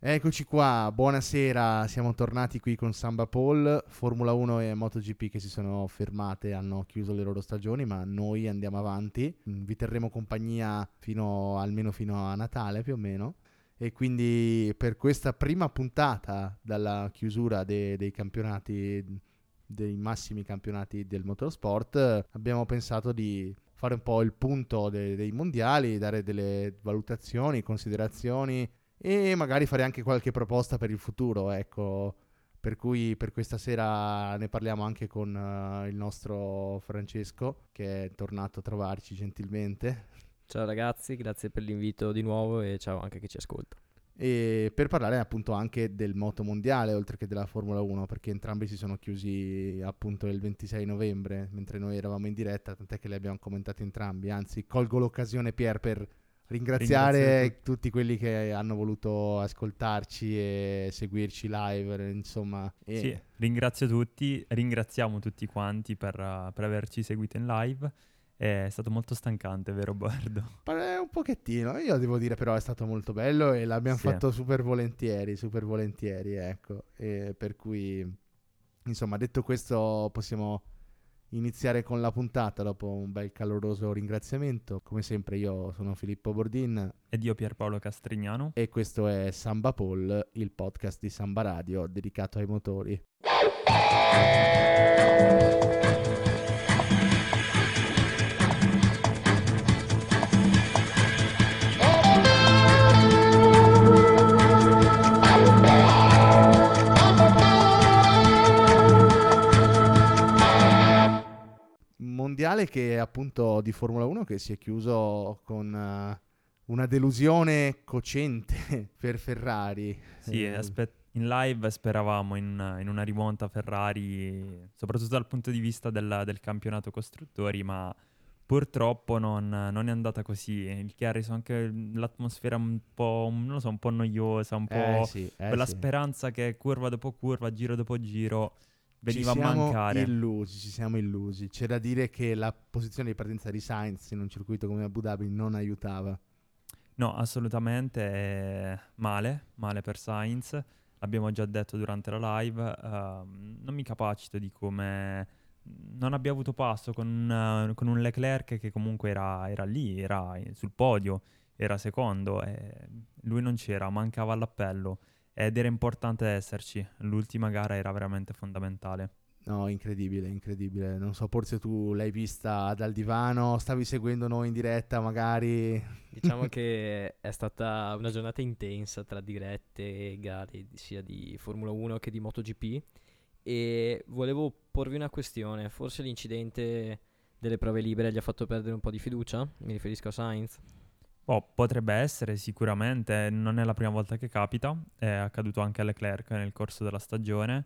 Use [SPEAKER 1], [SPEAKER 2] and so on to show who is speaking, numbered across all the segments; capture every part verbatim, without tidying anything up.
[SPEAKER 1] Eccoci qua, buonasera, siamo tornati qui con Samba Paul, Formula uno e MotoGP che si sono fermate, hanno chiuso le loro stagioni, ma noi andiamo avanti, vi terremo compagnia fino almeno fino a Natale più o meno, e quindi per questa prima puntata dalla chiusura de- dei campionati, dei massimi campionati del motorsport, abbiamo pensato di fare un po' il punto de- dei mondiali, dare delle valutazioni, considerazioni e magari fare anche qualche proposta per il futuro, ecco. Per cui per questa sera ne parliamo anche con uh, il nostro Francesco, che è tornato a trovarci gentilmente,
[SPEAKER 2] Ciao ragazzi, grazie per l'invito di nuovo e ciao anche a chi ci ascolta.
[SPEAKER 1] e per parlare appunto anche del moto mondiale, oltre che della Formula uno, perché entrambi si sono chiusi appunto il ventisei novembre, mentre noi eravamo in diretta, tant'è che li abbiamo commentati entrambi. Anzi, colgo l'occasione, Pier, per
[SPEAKER 3] Ringraziare
[SPEAKER 1] ringraziare
[SPEAKER 3] tutti.
[SPEAKER 1] tutti quelli che hanno voluto ascoltarci e seguirci live, insomma.
[SPEAKER 3] Sì,
[SPEAKER 1] E
[SPEAKER 3] ringrazio tutti, ringraziamo tutti quanti per, uh, per averci seguito in live. È stato molto stancante, vero Bordo?
[SPEAKER 1] pare un pochettino, io devo dire però è stato molto bello e l'abbiamo
[SPEAKER 3] Sì.
[SPEAKER 1] fatto super volentieri, super volentieri, ecco. E per cui, insomma, detto questo, possiamo iniziare con la puntata dopo un bel caloroso ringraziamento. Come sempre io sono Filippo Bordin
[SPEAKER 3] Ed io Pierpaolo Castrignano.
[SPEAKER 1] e questo è Samba Paul, il podcast di Samba Radio dedicato ai motori. Mondiale che appunto di Formula uno che si è chiuso con uh, una delusione cocente per Ferrari.
[SPEAKER 3] Sì,
[SPEAKER 1] Eh,
[SPEAKER 3] aspe- in live speravamo in, in una rimonta Ferrari, soprattutto dal punto di vista del, del campionato costruttori, ma purtroppo non, non è andata così, il che ha reso anche l'atmosfera un po', non lo so, un po' noiosa, un
[SPEAKER 1] eh
[SPEAKER 3] po'
[SPEAKER 1] sì, eh
[SPEAKER 3] quella
[SPEAKER 1] sì.
[SPEAKER 3] speranza che curva dopo curva, giro dopo giro,
[SPEAKER 1] Ci
[SPEAKER 3] veniva a
[SPEAKER 1] siamo
[SPEAKER 3] mancare.
[SPEAKER 1] illusi, ci siamo illusi. C'è da dire che la posizione di partenza di Sainz in un circuito come Abu Dhabi non aiutava.
[SPEAKER 3] No, assolutamente eh, male, male per Sainz, l'abbiamo già detto durante la live, ehm, non mi capacito di come non abbia avuto passo con, un- con un Leclerc che comunque era, era lì, era in- sul podio, era secondo, e lui non c'era, mancava all'appello ed era importante esserci, l'ultima gara era veramente fondamentale.
[SPEAKER 1] No, incredibile, incredibile. Non so, forse tu l'hai vista dal divano, stavi seguendo noi in diretta magari.
[SPEAKER 2] Diciamo che è stata una giornata intensa tra dirette e gare sia di Formula uno che di MotoGP e volevo porvi una questione, forse l'incidente delle prove libere gli ha fatto perdere un po' di fiducia? Mi riferisco a Sainz.
[SPEAKER 3] Oh, potrebbe essere, sicuramente, non è la prima volta che capita, è accaduto anche a Leclerc nel corso della stagione.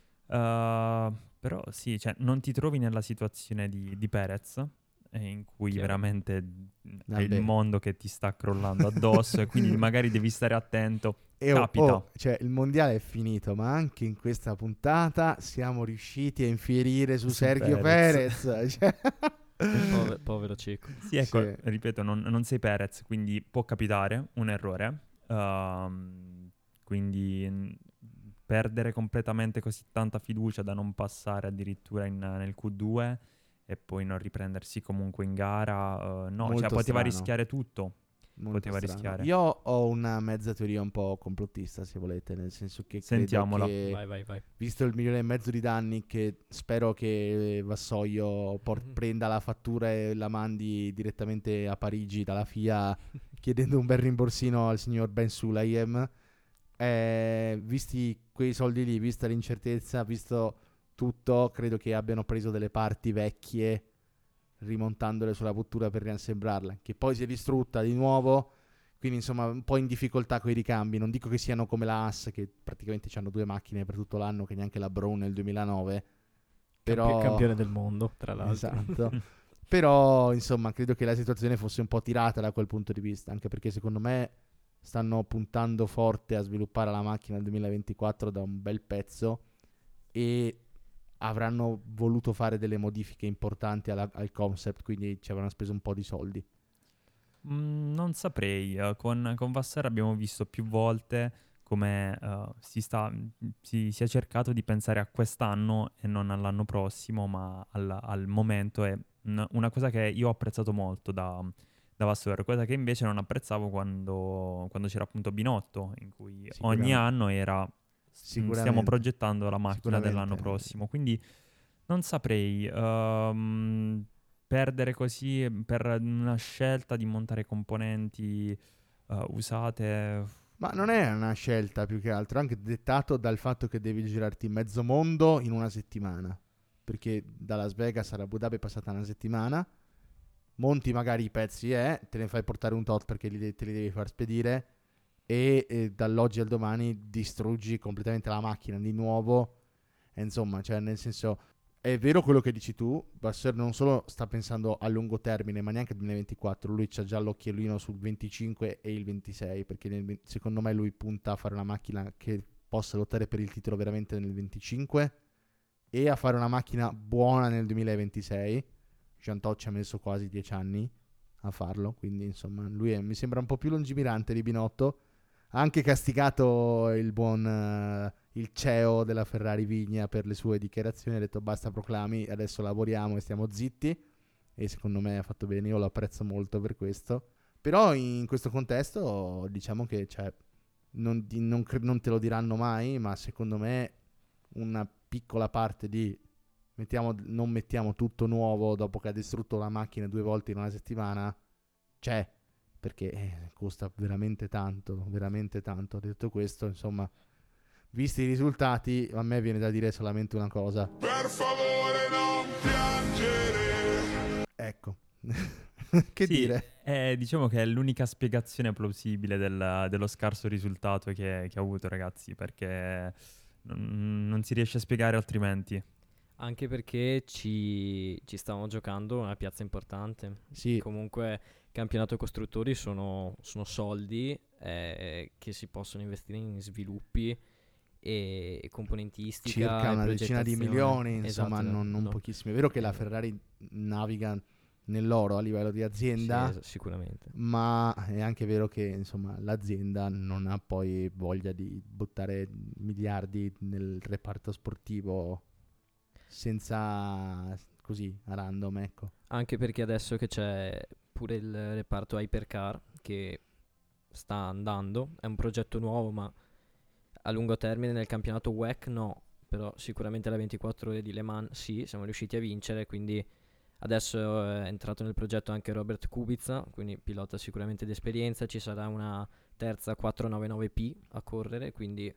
[SPEAKER 3] Uh, però sì, cioè, non ti trovi nella situazione di, di Perez, eh, in cui
[SPEAKER 2] Chiaro.
[SPEAKER 3] veramente mm, è il
[SPEAKER 1] Vabbè.
[SPEAKER 3] mondo che ti sta crollando addosso e quindi magari devi stare attento.
[SPEAKER 1] E oh,
[SPEAKER 3] Capita.
[SPEAKER 1] oh, cioè, il mondiale è finito, ma anche in questa puntata siamo riusciti a infierire su,
[SPEAKER 3] Su
[SPEAKER 1] Sergio
[SPEAKER 3] Perez.
[SPEAKER 1] Perez. Cioè,
[SPEAKER 2] Povero, povero cieco.
[SPEAKER 3] Sì, ecco,
[SPEAKER 1] sì.
[SPEAKER 3] ripeto, non, non sei Perez, quindi può capitare un errore. Ehm, quindi mm, perdere completamente così tanta fiducia da non passare addirittura in- nel Q due e poi non riprendersi comunque in gara, eh, no,
[SPEAKER 1] Molto
[SPEAKER 3] cioè poteva
[SPEAKER 1] strano.
[SPEAKER 3] rischiare tutto.
[SPEAKER 1] Molto
[SPEAKER 3] Poteva
[SPEAKER 1] strano.
[SPEAKER 3] rischiare.
[SPEAKER 1] Io ho una mezza teoria un po' complottista, se volete, nel senso che credo
[SPEAKER 3] Sentiamola.
[SPEAKER 1] che,
[SPEAKER 2] Vai, vai, vai.
[SPEAKER 1] visto il milione e mezzo di danni, che spero che Vassoio por-
[SPEAKER 2] Mhm.
[SPEAKER 1] prenda la fattura e la mandi direttamente a Parigi dalla F I A chiedendo un bel rimborsino al signor Ben Sulayem. Eh, visti quei soldi lì, vista l'incertezza, visto tutto, credo che abbiano preso delle parti vecchie rimontandole sulla vettura per riassemblarla, che poi si è distrutta di nuovo, quindi insomma un po' in difficoltà con i ricambi. Non dico che siano come la Haas, che praticamente hanno due macchine per tutto l'anno, che neanche la Brown nel duemilanove, però
[SPEAKER 2] Campio- campione del mondo, tra l'altro.
[SPEAKER 1] esatto. Però insomma credo che la situazione fosse un po' tirata da quel punto di vista, anche perché secondo me stanno puntando forte a sviluppare la macchina nel duemilaventiquattro da un bel pezzo e avranno voluto fare delle modifiche importanti alla- al concept, quindi ci avranno speso un po' di soldi.
[SPEAKER 3] Mm, non saprei, eh, con, con Vassar abbiamo visto più volte come uh, si, sta, si, si è cercato di pensare a quest'anno e non all'anno prossimo, ma al, al momento. È una, una cosa che io ho apprezzato molto da, da Vasseur, cosa che invece non apprezzavo quando, quando c'era appunto Binotto, in cui ogni anno era stiamo progettando la macchina dell'anno prossimo, quindi non saprei um, perdere così per una scelta di montare componenti uh, usate.
[SPEAKER 1] Ma non è una scelta più che altro, anche dettato dal fatto che devi girarti mezzo mondo in una settimana, perché da Las Vegas a Abu Dhabi è passata una settimana, monti magari i pezzi e eh, te ne fai portare un tot perché li, te li devi far spedire e, e dall'oggi al domani distruggi completamente la macchina di nuovo. E insomma, cioè nel senso, è vero quello che dici tu, Vasseur non solo sta pensando a lungo termine, ma neanche duemilaventiquattro, lui c'ha già l'occhiolino sul venticinque e il ventisei, perché nel, secondo me lui punta a fare una macchina che possa lottare per il titolo veramente nel venticinque e a fare una macchina buona nel duemilaventisei. Jean Todt ci ha messo quasi dieci anni a farlo, quindi insomma lui è, mi sembra un po' più lungimirante di Binotto. Ha anche castigato il buon uh, il C E O della Ferrari Vigna per le sue dichiarazioni, ha detto basta proclami, adesso lavoriamo e stiamo zitti, e secondo me ha fatto bene, io lo apprezzo molto per questo. Però in questo contesto diciamo che cioè, non, di, non, non te lo diranno mai, ma secondo me una piccola parte di mettiamo, non mettiamo tutto nuovo dopo che ha distrutto la macchina due volte in una settimana c'è, perché eh, costa veramente tanto, veramente tanto. Detto questo, insomma, visti i risultati, a me viene da dire solamente una cosa: per favore non piangere. Ecco. Che
[SPEAKER 3] sì,
[SPEAKER 1] dire?
[SPEAKER 3] Eh, diciamo che è l'unica spiegazione plausibile del, dello scarso risultato che, che ha avuto, ragazzi, perché non, non si riesce a spiegare altrimenti.
[SPEAKER 2] Anche perché ci, ci stavamo giocando una piazza importante.
[SPEAKER 1] Sì.
[SPEAKER 2] Comunque campionato costruttori sono, sono soldi eh, che si possono investire in sviluppi e, e componentistica.
[SPEAKER 1] Circa
[SPEAKER 2] e
[SPEAKER 1] una decina di milioni,
[SPEAKER 2] esatto,
[SPEAKER 1] insomma, non, non
[SPEAKER 2] no.
[SPEAKER 1] pochissimi. È vero che
[SPEAKER 2] eh,
[SPEAKER 1] la Ferrari naviga nell'oro a livello di azienda,
[SPEAKER 2] sì, es- sicuramente.
[SPEAKER 1] ma è anche vero che insomma l'azienda non ha poi voglia di buttare miliardi nel reparto sportivo senza così a random, ecco.
[SPEAKER 2] Anche perché adesso che c'è pure il reparto Hypercar che sta andando, è un progetto nuovo, ma a lungo termine nel campionato W E C no, però sicuramente la ventiquattro ore di Le Mans sì, siamo riusciti a vincere, quindi adesso è entrato nel progetto anche Robert Kubica, quindi pilota sicuramente di esperienza, ci sarà una terza quattrocentonovantanove P a correre, quindi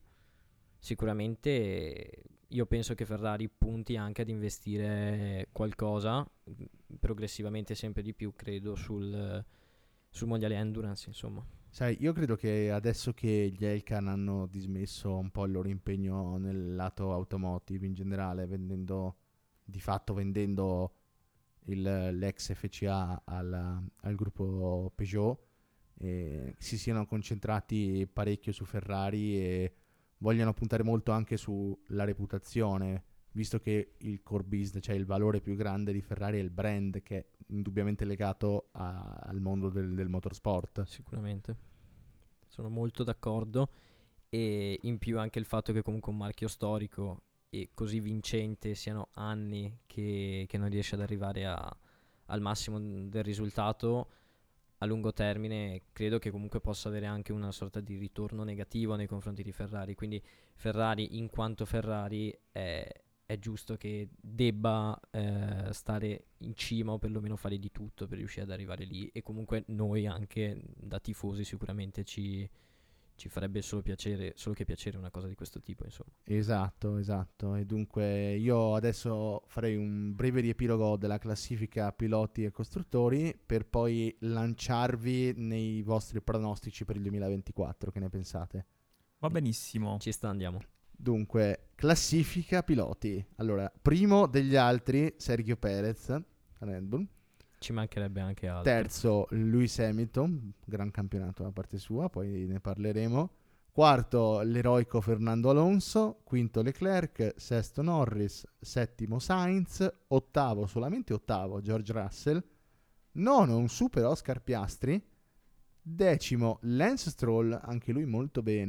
[SPEAKER 2] sicuramente io penso che Ferrari punti anche ad investire qualcosa progressivamente sempre di più, credo, sul, sul mondiale endurance, insomma.
[SPEAKER 1] Sai, io credo che adesso che gli Elkan hanno dismesso un po' il loro impegno nel lato automotive in generale, vendendo di fatto vendendo il, l'ex F C A al, al gruppo Peugeot, e si siano concentrati parecchio su Ferrari e vogliono puntare molto anche sulla reputazione, visto che il core business, cioè il valore più grande di Ferrari è il brand, che è indubbiamente legato a, al mondo del, del motorsport.
[SPEAKER 2] Sicuramente, sono molto d'accordo, e in più anche il fatto che comunque un marchio storico e così vincente siano anni che, che non riesce ad arrivare a, al massimo del risultato a lungo termine, credo che comunque possa avere anche una sorta di ritorno negativo nei confronti di Ferrari, quindi Ferrari in quanto Ferrari è, è giusto che debba eh, stare in cima o perlomeno fare di tutto per riuscire ad arrivare lì, e comunque noi anche da tifosi sicuramente ci, ci farebbe solo piacere, solo che piacere una cosa di questo tipo, insomma.
[SPEAKER 1] Esatto, esatto. E dunque io adesso farei un breve riepilogo della classifica piloti e costruttori per poi lanciarvi nei vostri pronostici per il duemilaventiquattro. Che ne pensate?
[SPEAKER 3] Va benissimo.
[SPEAKER 2] Ci sta, andiamo.
[SPEAKER 1] Dunque, classifica piloti. Allora, primo degli altri Sergio Perez, Red Bull.
[SPEAKER 2] Ci mancherebbe anche altro.
[SPEAKER 1] Terzo Lewis Hamilton, gran campionato da parte sua, poi ne parleremo. Quarto l'eroico Fernando Alonso. Quinto Leclerc. Sesto Norris. Settimo Sainz. Ottavo, solamente ottavo, George Russell. Nono un super Oscar Piastri. Decimo Lance Stroll, anche lui molto bene.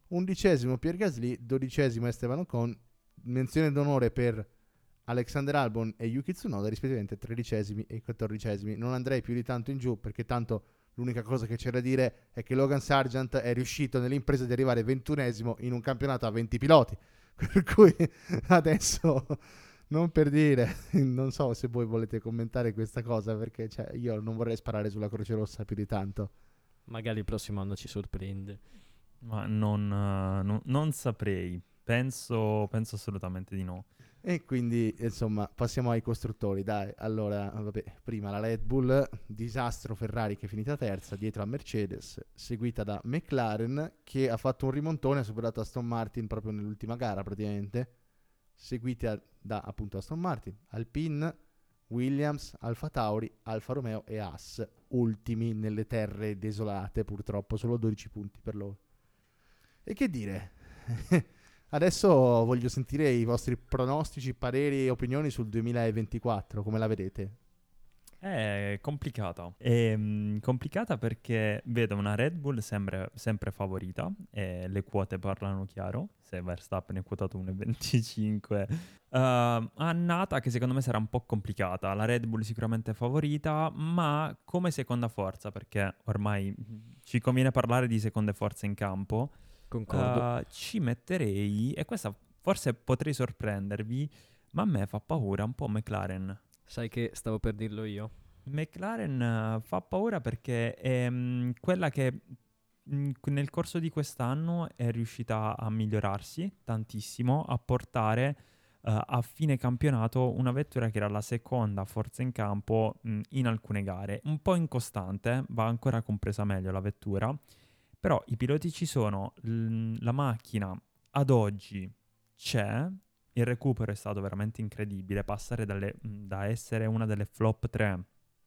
[SPEAKER 1] undicesimo Pierre Gasly, dodicesimo Esteban Ocon, menzione d'onore per Alexander Albon e Yuki Tsunoda, rispettivamente tredicesimi e quattordicesimi. Non andrei più di tanto in giù, perché tanto l'unica cosa che c'è da dire è che Logan Sargent è riuscito nell'impresa di arrivare ventunesimo in un campionato a venti piloti, per cui adesso, non per dire, non so se voi volete commentare questa cosa, perché cioè, io non vorrei sparare sulla Croce Rossa più di tanto.
[SPEAKER 2] Magari il prossimo anno ci sorprende.
[SPEAKER 3] Ma non, uh, non, non saprei, penso, penso assolutamente di no.
[SPEAKER 1] E quindi, insomma, passiamo ai costruttori, dai. Allora, vabbè, prima la Red Bull, disastro Ferrari che è finita terza, dietro a Mercedes, seguita da McLaren che ha fatto un rimontone, ha superato Aston Martin proprio nell'ultima gara praticamente, seguita da appunto Aston Martin, Alpine, Williams, Alfa Tauri, Alfa Romeo e Haas, ultimi nelle terre desolate, purtroppo solo dodici punti per loro. E che dire? Adesso voglio sentire i vostri pronostici, pareri e opinioni sul duemilaventiquattro, come la vedete?
[SPEAKER 3] È complicata. È mm, complicata perché vedo una Red Bull sempre, sempre favorita e le quote parlano chiaro. Se Verstappen è quotato uno virgola venticinque, uh, annata che secondo me sarà un po' complicata. La Red Bull sicuramente è favorita, ma come seconda forza, perché ormai ci conviene parlare di seconde forze in campo.
[SPEAKER 2] Concordo.
[SPEAKER 3] Uh, ci metterei, e questa forse potrei sorprendervi, ma a me fa paura un po' McLaren.
[SPEAKER 2] Sai che stavo per dirlo io.
[SPEAKER 3] McLaren uh, fa paura perché è um, quella che mh, nel corso di quest'anno è riuscita a migliorarsi tantissimo, a portare uh, a fine campionato una vettura che era la seconda forza in campo mh, in alcune gare. Un po' incostante, va ancora compresa meglio la vettura. Però i piloti ci sono, l- la macchina ad oggi c'è, il recupero è stato veramente incredibile, passare dalle, da essere una delle flop tre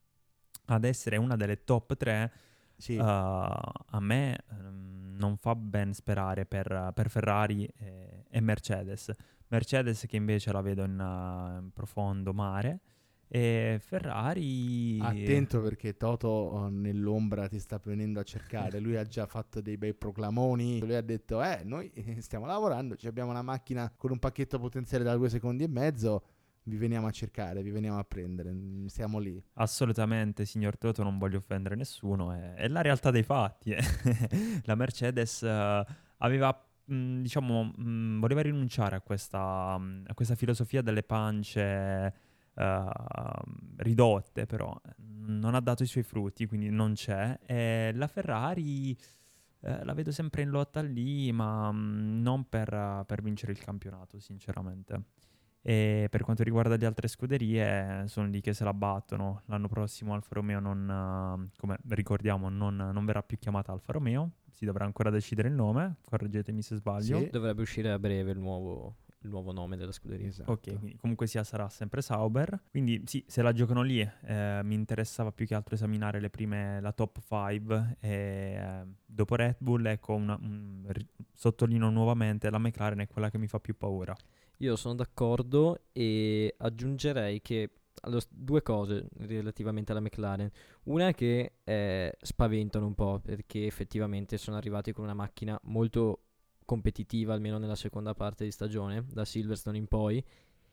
[SPEAKER 3] ad essere una delle top tre,
[SPEAKER 1] Sì.
[SPEAKER 3] uh, a me um, non fa ben sperare per, per Ferrari e, e Mercedes. Mercedes che invece la vedo in, uh, in profondo mare. E Ferrari...
[SPEAKER 1] Attento perché Toto oh, nell'ombra ti sta venendo a cercare. Lui ha già fatto dei bei proclamoni. Lui ha detto, eh, noi stiamo lavorando, ci abbiamo una macchina con un pacchetto potenziale da due secondi e mezzo, vi veniamo a cercare, vi veniamo a prendere, stiamo lì.
[SPEAKER 3] Assolutamente, signor Toto, non voglio offendere nessuno, è, è la realtà dei fatti. Eh. La Mercedes uh, aveva, mh, diciamo, mh, voleva rinunciare a questa, mh, a questa filosofia delle pance... Uh, ridotte, però non ha dato i suoi frutti, quindi non c'è. E la Ferrari uh, la vedo sempre in lotta lì, ma um, non per, uh, per vincere il campionato, sinceramente. E per quanto riguarda le altre scuderie, sono lì che se la battono. L'anno prossimo Alfa Romeo non, uh, come ricordiamo, non, non verrà più chiamata Alfa Romeo, si dovrà ancora decidere il nome, correggetemi se sbaglio.
[SPEAKER 1] Sì.
[SPEAKER 2] Dovrebbe uscire a breve il nuovo, il nuovo nome della scuderia.
[SPEAKER 1] Esatto.
[SPEAKER 3] Ok, quindi comunque sia sarà sempre Sauber. Quindi sì, se la giocano lì, eh, mi interessava più che altro esaminare le prime, la top cinque e eh, dopo Red Bull, ecco, una, un, ri- sottolineo nuovamente, la McLaren è quella che mi fa più paura.
[SPEAKER 2] Io sono d'accordo e aggiungerei che allora, due cose relativamente alla McLaren. Una è che eh, spaventano un po' perché effettivamente sono arrivati con una macchina molto competitiva, almeno nella seconda parte di stagione, da Silverstone in poi,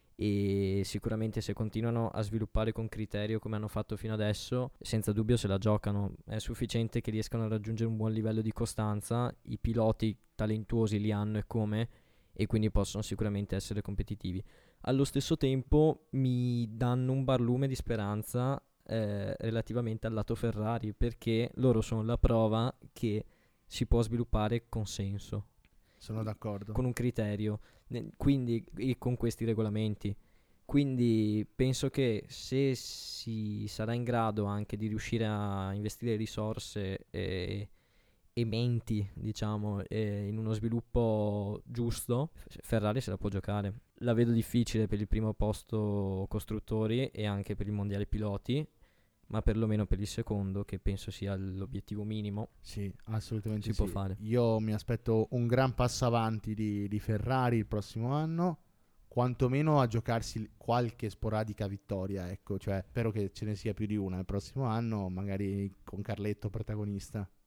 [SPEAKER 2] e sicuramente se continuano a sviluppare con criterio come hanno fatto fino adesso, senza dubbio se la giocano. È sufficiente che riescano a raggiungere un buon livello di costanza, i piloti talentuosi li hanno e come, e quindi possono sicuramente essere competitivi. Allo stesso tempo mi danno un barlume di speranza eh, relativamente al lato Ferrari, perché loro sono la prova che si può sviluppare con senso.
[SPEAKER 1] Sono d'accordo.
[SPEAKER 2] Con un criterio, ne- quindi e con questi regolamenti. Quindi penso che se si sarà in grado anche di riuscire a investire risorse e, e menti, diciamo, e in uno sviluppo giusto, F- Ferrari se la può giocare. La vedo difficile per il primo posto costruttori e anche per il mondiale piloti, ma perlomeno per il secondo, che penso sia l'obiettivo minimo,
[SPEAKER 1] Sì, assolutamente
[SPEAKER 2] si
[SPEAKER 1] sì.
[SPEAKER 2] può fare.
[SPEAKER 1] Io mi aspetto un gran passo avanti di, di Ferrari il prossimo anno, quantomeno a giocarsi qualche sporadica vittoria, ecco, cioè spero che ce ne sia più di una il prossimo anno, magari con Carletto protagonista.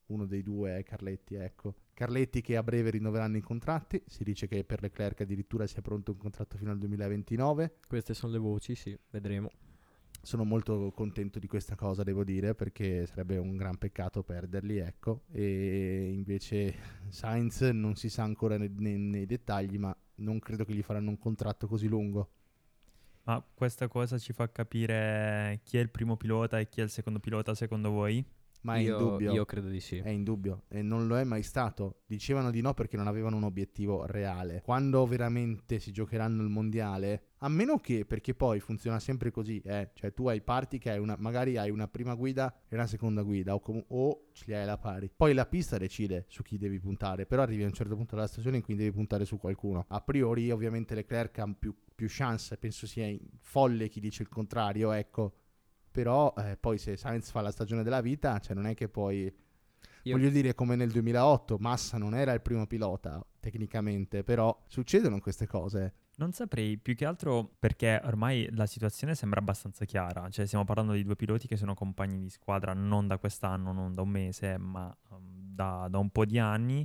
[SPEAKER 1] uno dei due è Carletti, ecco. Carletti che a breve rinnoveranno i contratti, si dice che per Leclerc addirittura sia pronto un contratto fino al duemilaventinove.
[SPEAKER 2] Queste sono le voci, sì, vedremo.
[SPEAKER 1] Sono molto contento di questa cosa, devo dire, perché sarebbe un gran peccato perderli, ecco. E invece Sainz non si sa ancora nei, nei, nei dettagli, ma non credo che gli faranno un contratto così lungo.
[SPEAKER 3] Ma questa cosa ci fa capire chi è il primo pilota e chi è il secondo pilota secondo voi?
[SPEAKER 1] Ma è
[SPEAKER 2] io,
[SPEAKER 1] indubbio.
[SPEAKER 2] Io credo di sì.
[SPEAKER 1] È indubbio e non lo è mai stato. Dicevano di no perché non avevano un obiettivo reale. Quando veramente si giocheranno il mondiale, a meno che, perché poi funziona sempre così, eh, cioè tu hai parti che hai una, magari hai una prima guida e una seconda guida o, com- o ce li hai alla pari. Poi la pista decide su chi devi puntare, però arrivi a un certo punto della stagione in cui devi puntare su qualcuno. A priori ovviamente Leclerc ha più, più chance, penso sia folle chi dice il contrario, ecco. Però eh, poi se Sainz fa la stagione della vita, cioè non è che poi
[SPEAKER 2] Io-
[SPEAKER 1] voglio dire, come nel duemilaotto Massa non era il primo pilota tecnicamente, però succedono queste cose.
[SPEAKER 3] Non saprei, più che altro perché ormai la situazione sembra abbastanza chiara, cioè stiamo parlando di due piloti che sono compagni di squadra non da quest'anno, non da un mese, ma um, da, da un po' di anni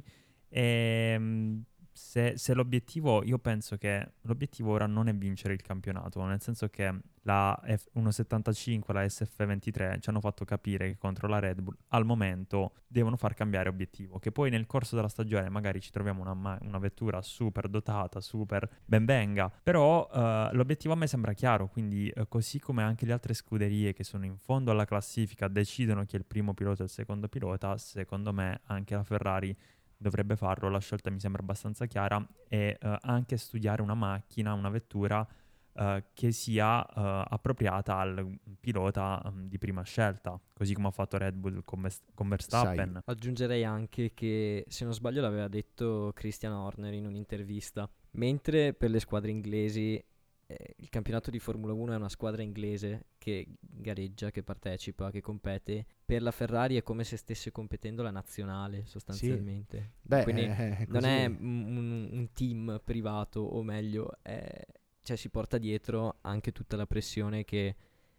[SPEAKER 3] e um, se, se l'obiettivo, io penso che l'obiettivo ora non è vincere il campionato, nel senso che la F uno settantacinque e la S F ventitré ci hanno fatto capire che contro la Red Bull al momento devono far cambiare obiettivo, che poi nel corso della stagione magari ci troviamo una, ma- una vettura super dotata, super ben venga, però uh, l'obiettivo a me sembra chiaro, quindi uh, così come anche le altre scuderie che sono in fondo alla classifica decidono chi è il primo pilota e il secondo pilota, secondo me anche la Ferrari dovrebbe farlo, la scelta mi sembra abbastanza chiara e uh, anche studiare una macchina, una vettura uh, che sia uh, appropriata al pilota um, di prima scelta, così come ha fatto Red Bull con, Vest- con Verstappen.
[SPEAKER 1] Sai.
[SPEAKER 2] Aggiungerei anche che, se non sbaglio, l'aveva detto Christian Horner in un'intervista. Mentre per le squadre inglesi eh, il campionato di Formula uno è una squadra inglese che gareggia, che partecipa, che compete. Per la Ferrari è come se stesse competendo la nazionale, sostanzialmente.
[SPEAKER 1] Beh,
[SPEAKER 2] Quindi
[SPEAKER 1] eh, è
[SPEAKER 2] non
[SPEAKER 1] così.
[SPEAKER 2] è un, un- un team privato, o meglio, è- cioè si porta dietro anche tutta la pressione che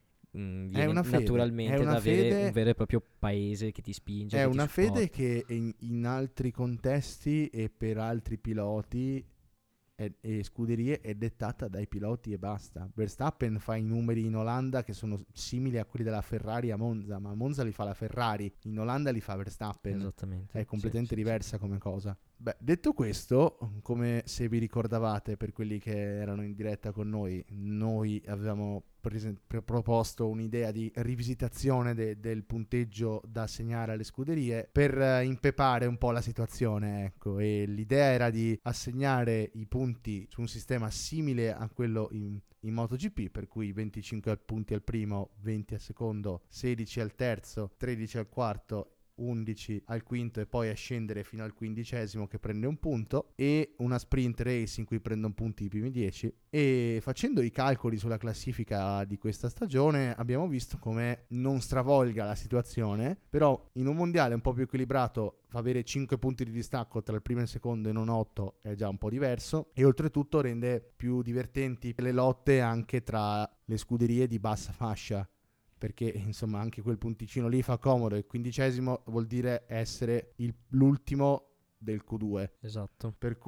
[SPEAKER 2] mm,
[SPEAKER 1] È
[SPEAKER 2] viene
[SPEAKER 1] una fede,
[SPEAKER 2] naturalmente
[SPEAKER 1] è una
[SPEAKER 2] da avere
[SPEAKER 1] fede-
[SPEAKER 2] un vero e proprio paese che ti spinge,
[SPEAKER 1] È
[SPEAKER 2] che
[SPEAKER 1] una
[SPEAKER 2] ti
[SPEAKER 1] fede
[SPEAKER 2] supporta.
[SPEAKER 1] che in, in altri contesti e per altri piloti è- e scuderie è dettata dai piloti e basta. Verstappen fa i numeri in Olanda che sono simili a quelli della Ferrari a Monza, ma a Monza li fa la Ferrari, in Olanda li fa Verstappen.
[SPEAKER 2] Esattamente.
[SPEAKER 1] È
[SPEAKER 2] sì,
[SPEAKER 1] completamente
[SPEAKER 2] sì, sì.
[SPEAKER 1] diversa come cosa. Beh, detto questo, come se vi ricordavate per quelli che erano in diretta con noi, noi avevamo presen- pre- proposto un'idea di rivisitazione de- del punteggio da assegnare alle scuderie per eh, impepare un po' la situazione, ecco. E l'idea era di assegnare i punti su un sistema simile a quello in, in MotoGP, per cui venticinque punti al primo, venti al secondo, sedici al terzo, tredici al quarto, undici al quinto e poi a scendere fino al quindicesimo che prende un punto, e una sprint race in cui prendono punti i primi dieci. E facendo i calcoli sulla classifica di questa stagione abbiamo visto come non stravolga la situazione, però in un mondiale un po' più equilibrato avere cinque punti di distacco tra il primo e il secondo e non otto è già un po' diverso, e oltretutto rende più divertenti le lotte anche tra le scuderie di bassa fascia, perché insomma anche quel punticino lì fa comodo. Il quindicesimo vuol dire essere il, l'ultimo del Q due,
[SPEAKER 2] Esatto.
[SPEAKER 1] per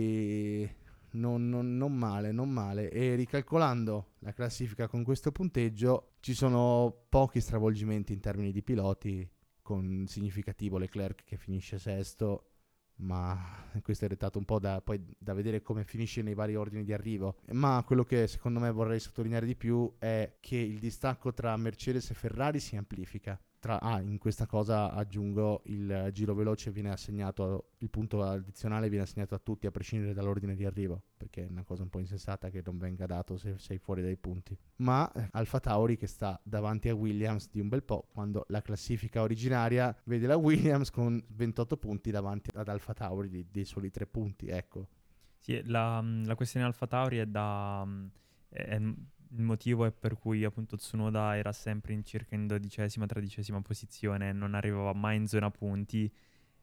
[SPEAKER 1] cui non, non- non male, non male. E ricalcolando la classifica con questo punteggio ci sono pochi stravolgimenti in termini di piloti, con significativo Leclerc che finisce sesto, ma questo è dettato un po' da, poi, da vedere come finisce nei vari ordini di arrivo. Ma quello che secondo me vorrei sottolineare di più è che il distacco tra Mercedes e Ferrari si amplifica. Tra, ah, in questa cosa aggiungo, il giro veloce viene assegnato, il punto addizionale viene assegnato a tutti a prescindere dall'ordine di arrivo, perché è una cosa un po' insensata che non venga dato se sei fuori dai punti. Ma eh, Alfa Tauri che sta davanti a Williams di un bel po', quando la classifica originaria vede la Williams con ventotto punti davanti ad Alfa Tauri di, dei soli tre punti, ecco.
[SPEAKER 3] Sì, la, la questione Alfa Tauri è da... È, è- il motivo è per cui appunto Tsunoda era sempre in circa in dodicesima, tredicesima posizione, non arrivava mai in zona punti.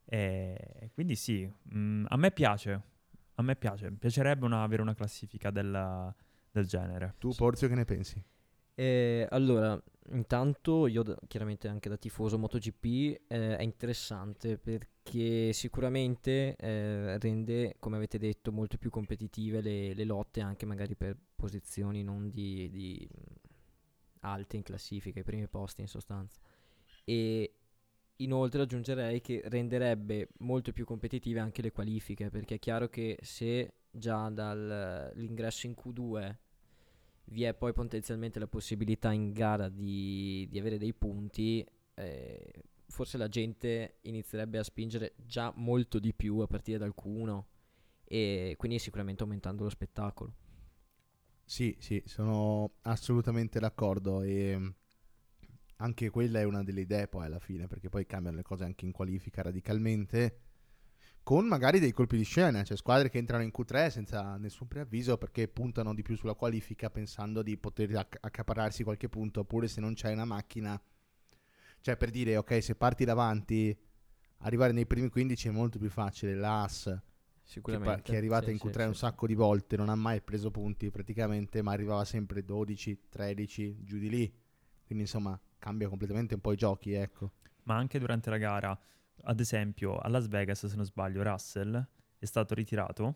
[SPEAKER 3] E quindi sì, mh, a me piace, a me piace, piacerebbe una- avere una classifica del, del genere.
[SPEAKER 1] Tu Porzio che ne pensi?
[SPEAKER 2] Eh, allora, intanto io da- chiaramente anche da tifoso MotoGP eh, è interessante perché sicuramente eh, rende, come avete detto, molto più competitive le, le lotte anche magari per posizioni non di, di, mh, alte in classifica, i primi posti in sostanza. E inoltre aggiungerei che renderebbe molto più competitive anche le qualifiche, perché è chiaro che se già dall'ingresso in Q due vi è poi potenzialmente la possibilità in gara di, di avere dei punti, eh, forse la gente inizierebbe a spingere già molto di più a partire dal Q uno e quindi sicuramente aumentando lo spettacolo.
[SPEAKER 1] Sì, sì, sono assolutamente d'accordo e anche quella è una delle idee poi alla fine, perché poi cambiano le cose anche in qualifica radicalmente, con magari dei colpi di scena, cioè squadre che entrano in Q tre senza nessun preavviso perché puntano di più sulla qualifica pensando di poter acc- accaparrarsi qualche punto, oppure se non c'hai una macchina, cioè per dire ok, se parti davanti, arrivare nei primi quindici è molto più facile. La Haas che, pa- che è
[SPEAKER 2] Sicuramente,
[SPEAKER 1] arrivata
[SPEAKER 2] sì,
[SPEAKER 1] in
[SPEAKER 2] sì,
[SPEAKER 1] Q tre un
[SPEAKER 2] sì, sì.
[SPEAKER 1] sacco di volte, non ha mai preso punti praticamente, ma arrivava sempre dodici, tredici, giù di lì. Quindi insomma cambia completamente un po' i giochi, ecco.
[SPEAKER 3] Ma anche durante la gara, ad esempio a Las Vegas, se non sbaglio, Russell è stato ritirato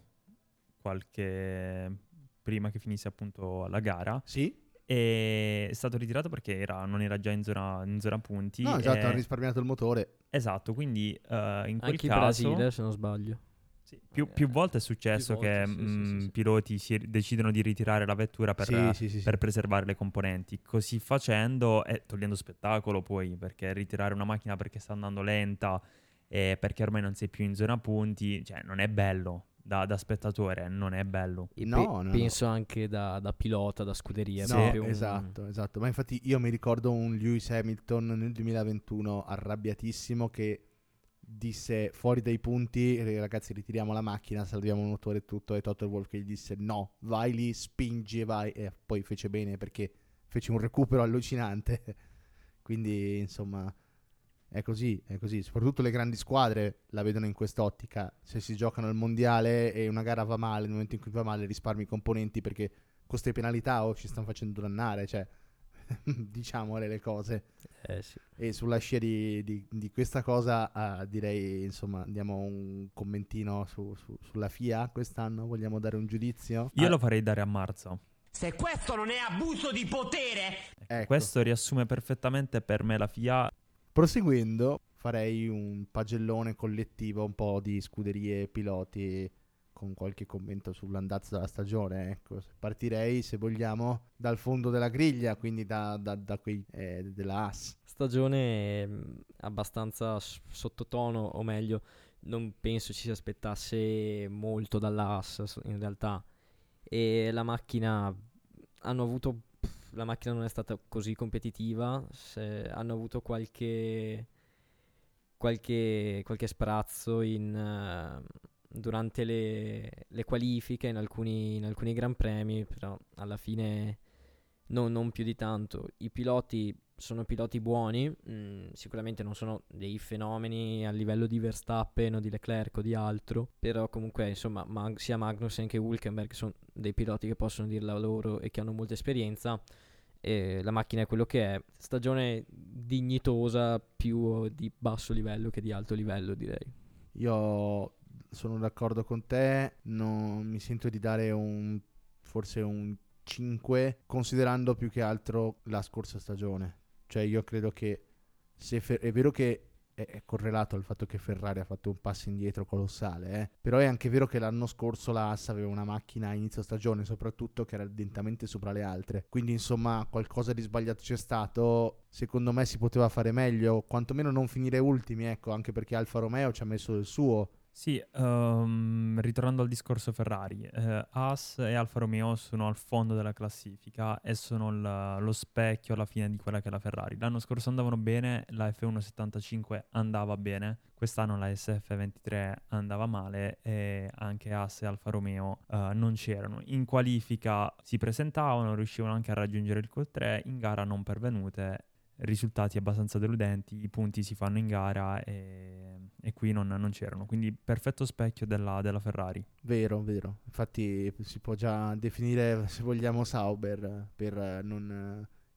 [SPEAKER 3] qualche prima che finisse appunto la gara.
[SPEAKER 1] Sì?
[SPEAKER 3] E è stato ritirato perché era- non era già in zona, in zona punti.
[SPEAKER 1] No, esatto, hanno
[SPEAKER 3] E...
[SPEAKER 1] risparmiato il motore.
[SPEAKER 3] Esatto, quindi eh, in quel
[SPEAKER 2] Anche in
[SPEAKER 3] caso
[SPEAKER 2] Brasile, se non sbaglio.
[SPEAKER 3] sì, più, più
[SPEAKER 2] Eh,
[SPEAKER 3] volte è
[SPEAKER 2] più
[SPEAKER 3] successo
[SPEAKER 2] volte,
[SPEAKER 3] che
[SPEAKER 2] sì, sì, sì,
[SPEAKER 3] mh,
[SPEAKER 2] sì.
[SPEAKER 3] piloti si decidono di ritirare la vettura per,
[SPEAKER 1] Sì, sì, sì,
[SPEAKER 3] per
[SPEAKER 1] sì.
[SPEAKER 3] preservare le componenti. Così facendo e togliendo spettacolo poi, perché ritirare una macchina perché sta andando lenta e perché ormai non sei più in zona punti, cioè non è bello. Da, da spettatore non è bello.
[SPEAKER 2] E pe-
[SPEAKER 1] No, no, no.
[SPEAKER 2] penso anche da, da pilota, da scuderia, è
[SPEAKER 3] Sì.
[SPEAKER 1] No,
[SPEAKER 2] proprio un...
[SPEAKER 1] esatto, esatto. Ma infatti io mi ricordo un Lewis Hamilton nel duemilaventuno arrabbiatissimo che disse fuori dai punti, "Eh, ragazzi ritiriamo la macchina, salviamo il motore e tutto", e Toto Wolff che gli disse no, vai lì, spingi e vai, e poi fece bene perché fece un recupero allucinante. Quindi insomma è così, è così. Soprattutto le grandi squadre la vedono in quest'ottica. Se si giocano il mondiale e una gara va male, nel momento in cui va male risparmi i componenti perché con queste penalità o ci stanno facendo dannare, cioè diciamole le cose.
[SPEAKER 2] Eh sì.
[SPEAKER 1] E sulla scia di, di- di questa cosa, eh, direi, insomma, diamo un commentino su- su- sulla F I A quest'anno. Vogliamo dare un giudizio?
[SPEAKER 3] Io
[SPEAKER 1] Ah,
[SPEAKER 3] lo farei dare a marzo.
[SPEAKER 4] Se questo non è abuso di potere,
[SPEAKER 1] ecco.
[SPEAKER 3] Questo riassume perfettamente per me la F I A.
[SPEAKER 1] Proseguendo, farei un pagellone collettivo, un po' di scuderie e piloti con qualche commento sull'andazzo della stagione. Ecco, partirei, se vogliamo, dal fondo della griglia, quindi da, da- da quei eh, della Haas.
[SPEAKER 2] Stagione mh, abbastanza s- sottotono, o meglio, non penso ci si aspettasse molto dall'A S in realtà. E la macchina hanno avuto pff, la macchina non è stata così competitiva, se- hanno avuto qualche qualche, qualche sprazzo in, eh, durante le, le qualifiche in alcuni, in alcuni gran premi, però alla fine no- non più di tanto. I piloti sono piloti buoni, mh, sicuramente non sono dei fenomeni a livello di Verstappen o di Leclerc o di altro, però comunque insomma Mag- sia Magnussen che Hülkenberg sono dei piloti che possono dir la loro e che hanno molta esperienza. E la macchina è quello che è. Stagione dignitosa, più di basso livello che di alto livello, direi.
[SPEAKER 1] Io sono d'accordo con te, non mi sento di dare un forse un cinque, considerando più che altro la scorsa stagione. Cioè io credo che se Fer- è vero che è, è correlato al fatto che Ferrari ha fatto un passo indietro colossale, eh. Però è anche vero che l'anno scorso la Haas aveva una macchina a inizio stagione soprattutto che era lentamente sopra le altre, quindi insomma qualcosa di sbagliato c'è stato. Secondo me si poteva fare meglio, quantomeno non finire ultimi, ecco, anche perché Alfa Romeo ci ha messo del suo.
[SPEAKER 3] Sì, ehm, ritornando al discorso Ferrari, eh, Haas e Alfa Romeo sono al fondo della classifica e sono il- lo specchio alla fine di quella che è la Ferrari. L'anno scorso andavano bene, la F uno settantacinque andava bene, quest'anno la S F ventitré andava male e anche Haas e Alfa Romeo eh, non c'erano. In qualifica si presentavano, riuscivano anche a raggiungere il Q tre, in gara non pervenute. Risultati abbastanza deludenti, i punti si fanno in gara e, e qui non, non c'erano, quindi perfetto specchio della, della Ferrari.
[SPEAKER 1] Vero, vero. Infatti si può già definire, se vogliamo, Sauber per eh, non, eh,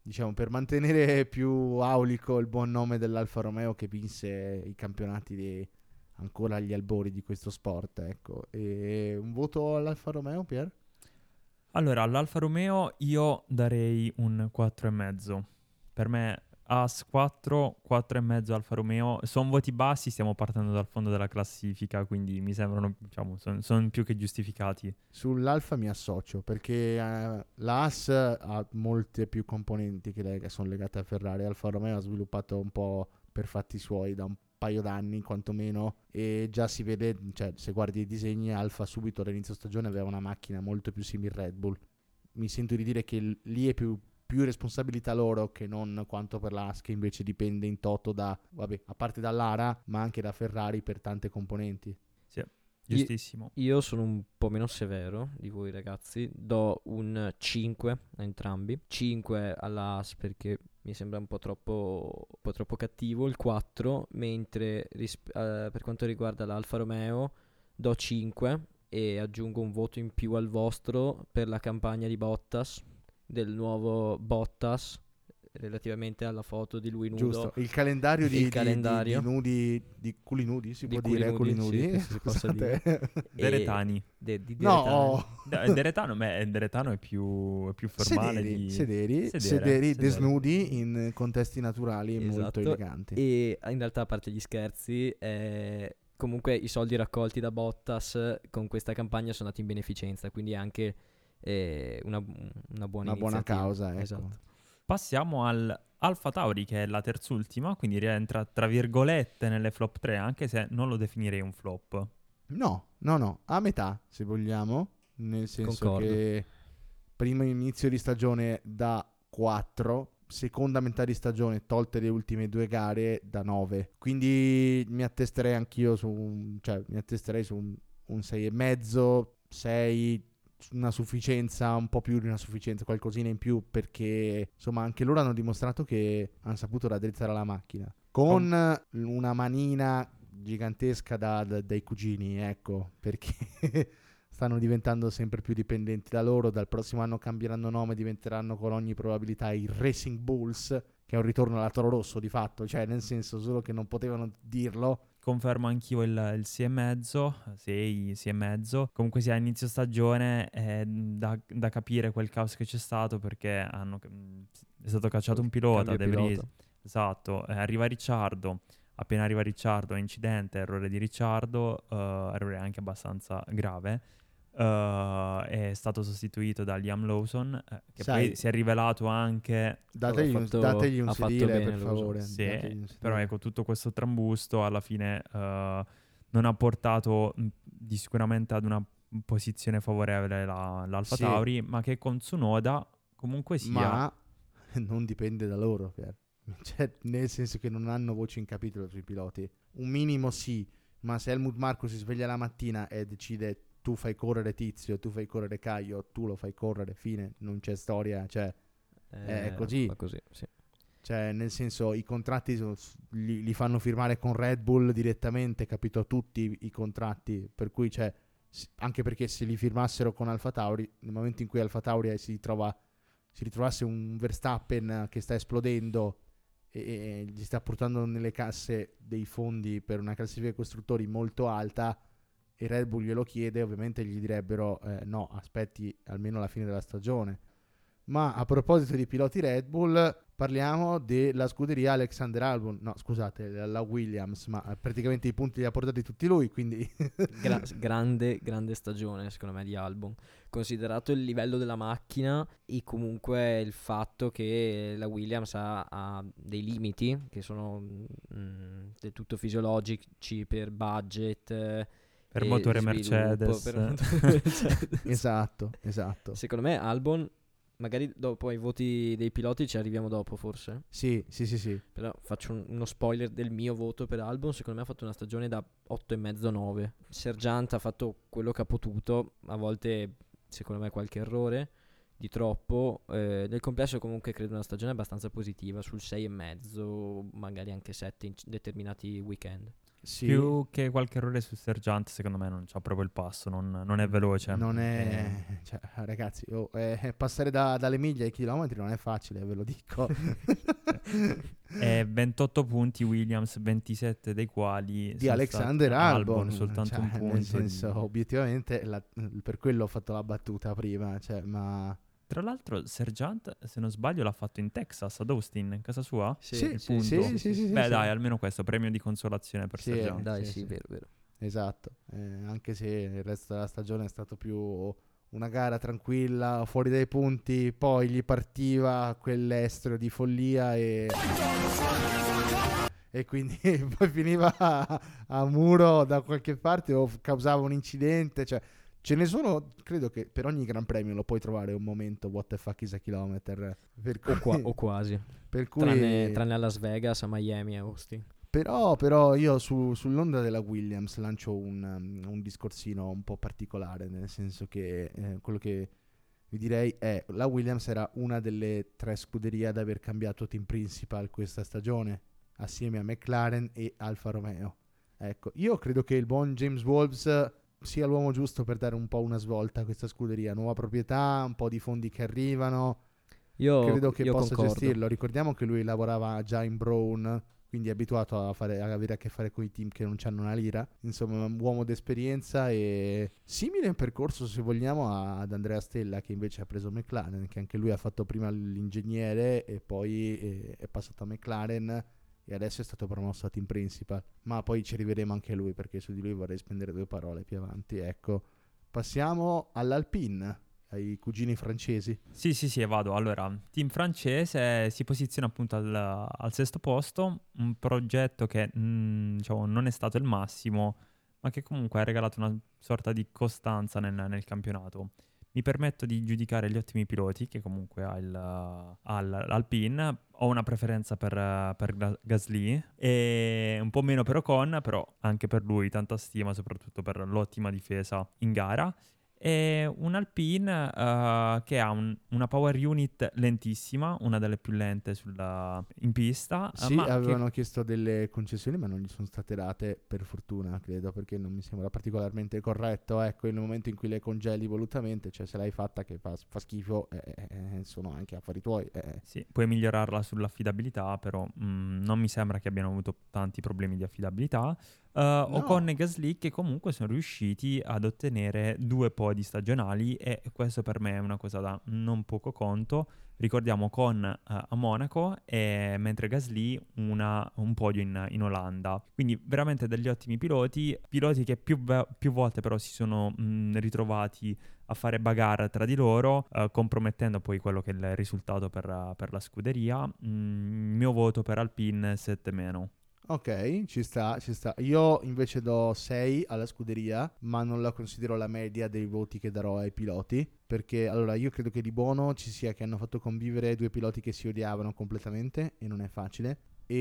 [SPEAKER 1] diciamo, per mantenere più aulico il buon nome dell'Alfa Romeo che vinse i campionati di, ancora agli albori di questo sport, ecco. E un voto all'Alfa Romeo, Pier?
[SPEAKER 3] Allora, all'Alfa Romeo io darei un quattro e mezzo. Per me As quattro, quattro e mezzo Alfa Romeo. Sono voti bassi, stiamo partendo dal fondo della classifica, quindi mi sembrano, diciamo, sono son più che giustificati.
[SPEAKER 1] Sull'Alfa mi associo perché eh, la Haas ha molte più componenti che, le, che sono legate a Ferrari. Alfa Romeo ha sviluppato un po' per fatti suoi da un paio d'anni quantomeno, e già si vede, cioè se guardi i disegni, Alfa subito all'inizio stagione aveva una macchina molto più simile a Red Bull. Mi sento di dire che l- lì è più più responsabilità loro che non quanto per la Haas, che invece dipende in toto da, vabbè, a parte dall'Ara, ma anche da Ferrari per tante componenti.
[SPEAKER 3] Sì, giustissimo.
[SPEAKER 2] Io, io sono un po' meno severo di voi ragazzi, do un cinque a entrambi, cinque alla Haas perché mi sembra un po' troppo, un po' troppo cattivo il quattro, mentre risp- eh, per quanto riguarda l'Alfa Romeo do cinque e aggiungo un voto in più al vostro per la campagna di Bottas, del nuovo Bottas, relativamente alla foto di lui nudo.
[SPEAKER 1] Giusto, il calendario di,
[SPEAKER 2] il
[SPEAKER 1] di-
[SPEAKER 2] calendario.
[SPEAKER 1] di, di nudi, di culi nudi, si
[SPEAKER 2] Di
[SPEAKER 1] può
[SPEAKER 2] culi
[SPEAKER 1] dire, culi
[SPEAKER 2] nudi,
[SPEAKER 1] nudi.
[SPEAKER 2] sì, si possa
[SPEAKER 1] Scusate.
[SPEAKER 2] dire.
[SPEAKER 3] Deretani.
[SPEAKER 2] De, di
[SPEAKER 1] No,
[SPEAKER 2] Deretani.
[SPEAKER 1] oh.
[SPEAKER 3] Da- Deretano, beh, Deretano è più, è più formale
[SPEAKER 1] sederi,
[SPEAKER 3] di...
[SPEAKER 1] sederi,
[SPEAKER 3] Sedere,
[SPEAKER 1] sederi
[SPEAKER 3] sedere.
[SPEAKER 1] desnudi in contesti naturali molto
[SPEAKER 2] Esatto.
[SPEAKER 1] eleganti.
[SPEAKER 2] E in realtà, a parte gli scherzi, eh, comunque i soldi raccolti da Bottas con questa campagna sono andati in beneficenza, quindi anche eh, una, una buona
[SPEAKER 1] Una buona
[SPEAKER 2] iniziativa.
[SPEAKER 1] causa, ecco.
[SPEAKER 2] Esatto.
[SPEAKER 3] Passiamo al Alfa Tauri, che è la terzultima, quindi rientra tra virgolette nelle flop tre, anche se non lo definirei un flop.
[SPEAKER 1] No, no, no, a metà, se vogliamo, nel senso
[SPEAKER 2] Concordo.
[SPEAKER 1] che primo inizio di stagione da quattro, seconda metà di stagione, tolte le ultime due gare, da nove. Quindi mi attesterei anch'io su un, cioè mi attesterei su un, un sei e mezzo, sei, una sufficienza, un po' più di una sufficienza, qualcosina in più, perché insomma anche loro hanno dimostrato che hanno saputo raddrizzare la macchina con una manina gigantesca da, da- dai cugini, ecco, perché stanno diventando sempre più dipendenti da loro. Dal prossimo anno cambieranno nome, diventeranno con ogni probabilità i Racing Bulls, che è un ritorno alla Toro Rosso di fatto, cioè nel senso solo che non potevano dirlo.
[SPEAKER 3] Confermo anch'io il, il sei e mezzo, sei, sei e mezzo. Comunque sia, a inizio stagione è da, da capire quel caos che c'è stato, perché hanno, è stato cacciato un pilota,
[SPEAKER 2] Cambio
[SPEAKER 3] De Vries.
[SPEAKER 2] pilota.
[SPEAKER 3] Esatto, eh, arriva Ricciardo. Appena arriva Ricciardo, incidente, errore di Ricciardo, eh, errore anche abbastanza grave. eh, è stato sostituito da Liam Lawson, eh, che
[SPEAKER 1] Sai,
[SPEAKER 3] poi si è rivelato anche...
[SPEAKER 1] Dategli,
[SPEAKER 2] Ha
[SPEAKER 1] un,
[SPEAKER 2] fatto-
[SPEAKER 1] dategli un
[SPEAKER 2] ha fatto
[SPEAKER 1] sedile,
[SPEAKER 2] bene
[SPEAKER 1] per
[SPEAKER 2] Lawson.
[SPEAKER 1] favore.
[SPEAKER 3] Sì,
[SPEAKER 1] dategli un sedile.
[SPEAKER 3] però ecco, tutto questo trambusto alla fine eh, non ha portato mh, di sicuramente ad una posizione favorevole la, l'Alfa
[SPEAKER 1] Sì.
[SPEAKER 3] Tauri, ma che con Tsunoda comunque sia...
[SPEAKER 1] Ma non dipende da loro, Pier. Cioè, nel senso che non hanno voce in capitolo sui piloti. Un minimo sì, ma se Helmut Marko si sveglia la mattina e decide tu fai correre Tizio, tu fai correre Caio, tu lo fai correre, fine, non c'è storia, cioè,
[SPEAKER 2] Eh,
[SPEAKER 1] È così.
[SPEAKER 2] fa così, sì.
[SPEAKER 1] cioè nel senso i contratti sono- li, li fanno firmare con Red Bull direttamente, capito? Tutti i contratti, per cui cioè, s- anche perché se li firmassero con Alfa Tauri, nel momento in cui Alfa Tauri si trova si ritrovasse un Verstappen che sta esplodendo e, e gli sta portando nelle casse dei fondi per una classifica dei costruttori molto alta e Red Bull glielo chiede, ovviamente gli direbbero eh, no, aspetti almeno la fine della stagione. Ma a proposito di piloti Red Bull, parliamo della scuderia Alexander Albon, no scusate, la Williams, ma eh, praticamente i punti li ha portati tutti lui, quindi
[SPEAKER 2] Gra- grande, grande stagione secondo me di Albon, considerato il livello della macchina e comunque il fatto che la Williams ha, ha dei limiti che sono mm, del tutto fisiologici per budget, eh,
[SPEAKER 3] Per
[SPEAKER 2] e
[SPEAKER 3] motore
[SPEAKER 2] sviluppo,
[SPEAKER 3] Mercedes.
[SPEAKER 2] per motore Mercedes.
[SPEAKER 1] esatto, esatto.
[SPEAKER 2] Secondo me Albon, magari dopo ai voti dei piloti ci arriviamo dopo forse,
[SPEAKER 1] Sì, sì, sì, sì.
[SPEAKER 2] però faccio un- uno spoiler del mio voto per Albon. Secondo me ha fatto una stagione da otto e mezzo nove. Sergeant ha fatto quello che ha potuto, a volte secondo me qualche errore di troppo, eh, nel complesso comunque credo una stagione abbastanza positiva, sul sei e mezzo, magari anche sette in c- determinati weekend.
[SPEAKER 1] Sì.
[SPEAKER 3] Più che qualche errore su Sergeant, secondo me non c'ha proprio il passo, non, non è veloce.
[SPEAKER 1] Non è...
[SPEAKER 3] Eh,
[SPEAKER 1] Cioè, ragazzi, oh, eh, passare da- dalle miglia ai chilometri non è facile, ve lo dico.
[SPEAKER 3] è ventotto punti Williams, ventisette dei quali
[SPEAKER 1] Di
[SPEAKER 3] sono
[SPEAKER 1] Alexander
[SPEAKER 3] stati-
[SPEAKER 1] Albon,
[SPEAKER 3] soltanto
[SPEAKER 1] cioè,
[SPEAKER 3] un punto.
[SPEAKER 1] nel senso,
[SPEAKER 3] di-
[SPEAKER 1] obiettivamente, la- per quello ho fatto la battuta prima, cioè, ma...
[SPEAKER 3] Tra l'altro Sergeant, se non sbaglio, l'ha fatto in Texas, ad Austin, in casa sua?
[SPEAKER 2] Sì,
[SPEAKER 1] Sì,
[SPEAKER 3] il
[SPEAKER 1] sì,
[SPEAKER 3] punto.
[SPEAKER 1] sì, sì, sì, sì,
[SPEAKER 3] Beh
[SPEAKER 1] sì.
[SPEAKER 3] dai, almeno questo, premio di consolazione per
[SPEAKER 1] Sì,
[SPEAKER 3] Sergeant.
[SPEAKER 2] Dai,
[SPEAKER 1] sì,
[SPEAKER 2] sì,
[SPEAKER 1] sì.
[SPEAKER 2] vero, vero.
[SPEAKER 1] Esatto, eh, anche se il resto della stagione è stato più una gara tranquilla, fuori dai punti, poi gli partiva quell'estero di follia e... e quindi poi finiva a, a muro da qualche parte o f- causava un incidente, cioè ce ne sono, credo che per ogni gran premio lo puoi trovare un momento what the fuck is a kilometer, per cui,
[SPEAKER 2] O, qua- o quasi.
[SPEAKER 1] per cui
[SPEAKER 2] Tranne, tranne a Las Vegas, a Miami, a Austin.
[SPEAKER 1] Però, però io su- sull'onda della Williams lancio un, um, un discorsino un po' particolare, nel senso che eh, quello che vi direi è la Williams era una delle tre scuderie ad aver cambiato team principal questa stagione, assieme a McLaren e Alfa Romeo. Ecco, io credo che il buon James Wolves sia l'uomo giusto per dare un po' una svolta a questa scuderia, nuova proprietà, un po' di fondi che arrivano,
[SPEAKER 2] Io,
[SPEAKER 1] credo che
[SPEAKER 2] io
[SPEAKER 1] possa
[SPEAKER 2] concordo.
[SPEAKER 1] gestirlo. Ricordiamo che lui lavorava già in Brown, quindi è abituato a, fare, a avere a che fare con i team che non hanno una lira. Insomma, un uomo d'esperienza e simile in percorso, se vogliamo, a- ad Andrea Stella, che invece ha preso McLaren, che anche lui ha fatto prima l'ingegnere e poi eh, è passato a McLaren e adesso è stato promosso a team principal. Ma poi ci arriveremo anche a lui, perché su di lui vorrei spendere due parole più avanti. Ecco, passiamo all'Alpine, ai cugini francesi.
[SPEAKER 3] Sì, sì, sì, vado. Allora, team francese si posiziona appunto al, al sesto posto, un progetto che mm, diciamo, non è stato il massimo, ma che comunque ha regalato una sorta di costanza nel, nel campionato. Mi permetto di giudicare gli ottimi piloti che comunque ha il, ha l- l'Alpine. Ho una preferenza per, eh, per Ga- Gasly e un po' meno per Ocon, però anche per lui tanta stima, soprattutto per l'ottima difesa in gara. E un Alpine eh, che ha un- una power unit lentissima, una delle più lente sulla- in pista. eh,
[SPEAKER 1] Sì,
[SPEAKER 3] ma che-
[SPEAKER 1] avevano chiesto delle concessioni, ma non gli sono state date, per fortuna, credo, perché non mi sembra particolarmente corretto. Ecco, nel momento in cui le congeli volutamente, cioè se l'hai fatta che fa, fa schifo, eh, eh, sono anche affari tuoi. eh.
[SPEAKER 3] Sì, puoi migliorarla sull'affidabilità, però mm, non mi sembra che abbiano avuto tanti problemi di affidabilità. Uh, Ocon e Gasly che comunque sono riusciti ad ottenere due podi stagionali e questo per me è una cosa da non poco conto. Ricordiamo Ocon uh, a Monaco e mentre Gasly una, un podio in, in Olanda. Quindi veramente degli ottimi piloti, piloti che più, ve- più volte però si sono mh, ritrovati a fare bagarre tra di loro, uh, compromettendo poi quello che è il risultato per, per la scuderia. Mm, il mio voto per Alpine sette meno.
[SPEAKER 1] Ok, ci sta, ci sta. Io invece do sei alla scuderia, ma non la considero la media dei voti che darò ai piloti, perché allora io credo che di buono ci sia che hanno fatto convivere due piloti che si odiavano completamente e non è facile.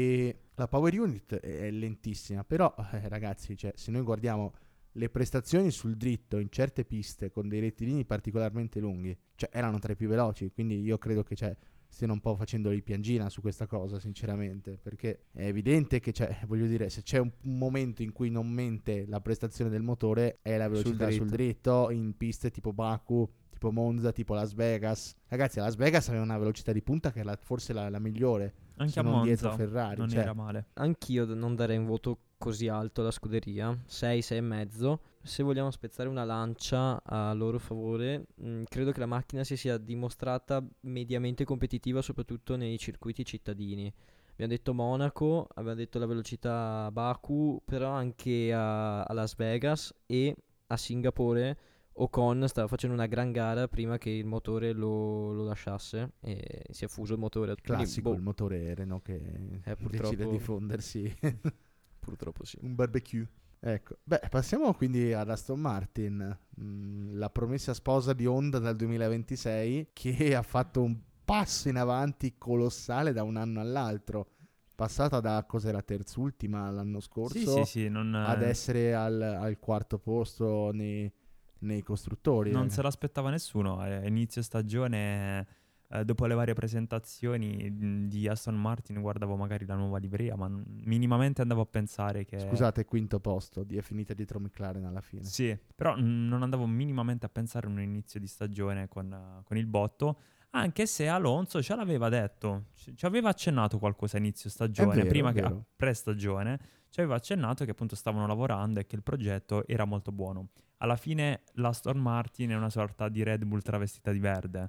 [SPEAKER 1] E la power unit è lentissima, però eh, ragazzi, cioè, se noi guardiamo le prestazioni sul dritto in certe piste con dei rettilini particolarmente lunghi, cioè erano tra i più veloci, quindi io credo che cioè stiano un po' facendo il piangina su questa cosa, sinceramente, perché è evidente che c'è, voglio dire, se c'è un, un momento in cui non mente la prestazione del motore è la velocità sul
[SPEAKER 2] dritto.
[SPEAKER 1] dritto, in piste tipo Baku, tipo Monza, tipo Las Vegas. Ragazzi, a Las Vegas aveva una velocità di punta che era forse la, la migliore,
[SPEAKER 3] Anche
[SPEAKER 1] se
[SPEAKER 3] a
[SPEAKER 1] non dietro
[SPEAKER 3] Monza
[SPEAKER 1] Ferrari.
[SPEAKER 3] non
[SPEAKER 1] cioè,
[SPEAKER 3] era male.
[SPEAKER 2] Anch'io d- non darei un voto così alto alla scuderia, sei, sei e mezzo. Se vogliamo spezzare una lancia a loro favore, mh, credo che la macchina si sia dimostrata mediamente competitiva, soprattutto nei circuiti cittadini. Abbiamo detto Monaco, abbiamo detto la velocità a Baku, però anche a, a Las Vegas e a Singapore Ocon stava facendo una gran gara prima che il motore lo, lo lasciasse e si è fuso il motore. Quindi,
[SPEAKER 1] classico
[SPEAKER 2] boh,
[SPEAKER 1] il motore Renault che
[SPEAKER 2] Eh,
[SPEAKER 1] decide
[SPEAKER 2] purtroppo-
[SPEAKER 1] di fondersi
[SPEAKER 2] purtroppo sì.
[SPEAKER 1] un barbecue. Ecco, beh, passiamo quindi ad Aston Martin, mm, la promessa sposa di Honda dal duemilaventisei, che ha fatto un passo in avanti colossale da un anno all'altro, passata da cos'era terzultima l'anno scorso
[SPEAKER 3] Sì, sì, sì, non,
[SPEAKER 1] ad essere al, al quarto posto nei, nei costruttori.
[SPEAKER 3] non
[SPEAKER 1] eh.
[SPEAKER 3] se l'aspettava nessuno. A inizio stagione eh, dopo le varie presentazioni mh, di Aston Martin guardavo magari la nuova livrea, ma n- minimamente andavo a pensare che...
[SPEAKER 1] Scusate, quinto posto, di è finita dietro McLaren alla fine.
[SPEAKER 3] Sì, però mh, non andavo minimamente a pensare a un inizio di stagione con, uh, con il botto, anche se Alonso ce l'aveva detto, ci, ci aveva accennato qualcosa a inizio stagione,
[SPEAKER 1] vero,
[SPEAKER 3] prima
[SPEAKER 1] è
[SPEAKER 3] che a
[SPEAKER 1] vero.
[SPEAKER 3] pre-stagione, ci aveva accennato che appunto stavano lavorando e che il progetto era molto buono. Alla fine l'Aston Martin è una sorta di Red Bull travestita di verde.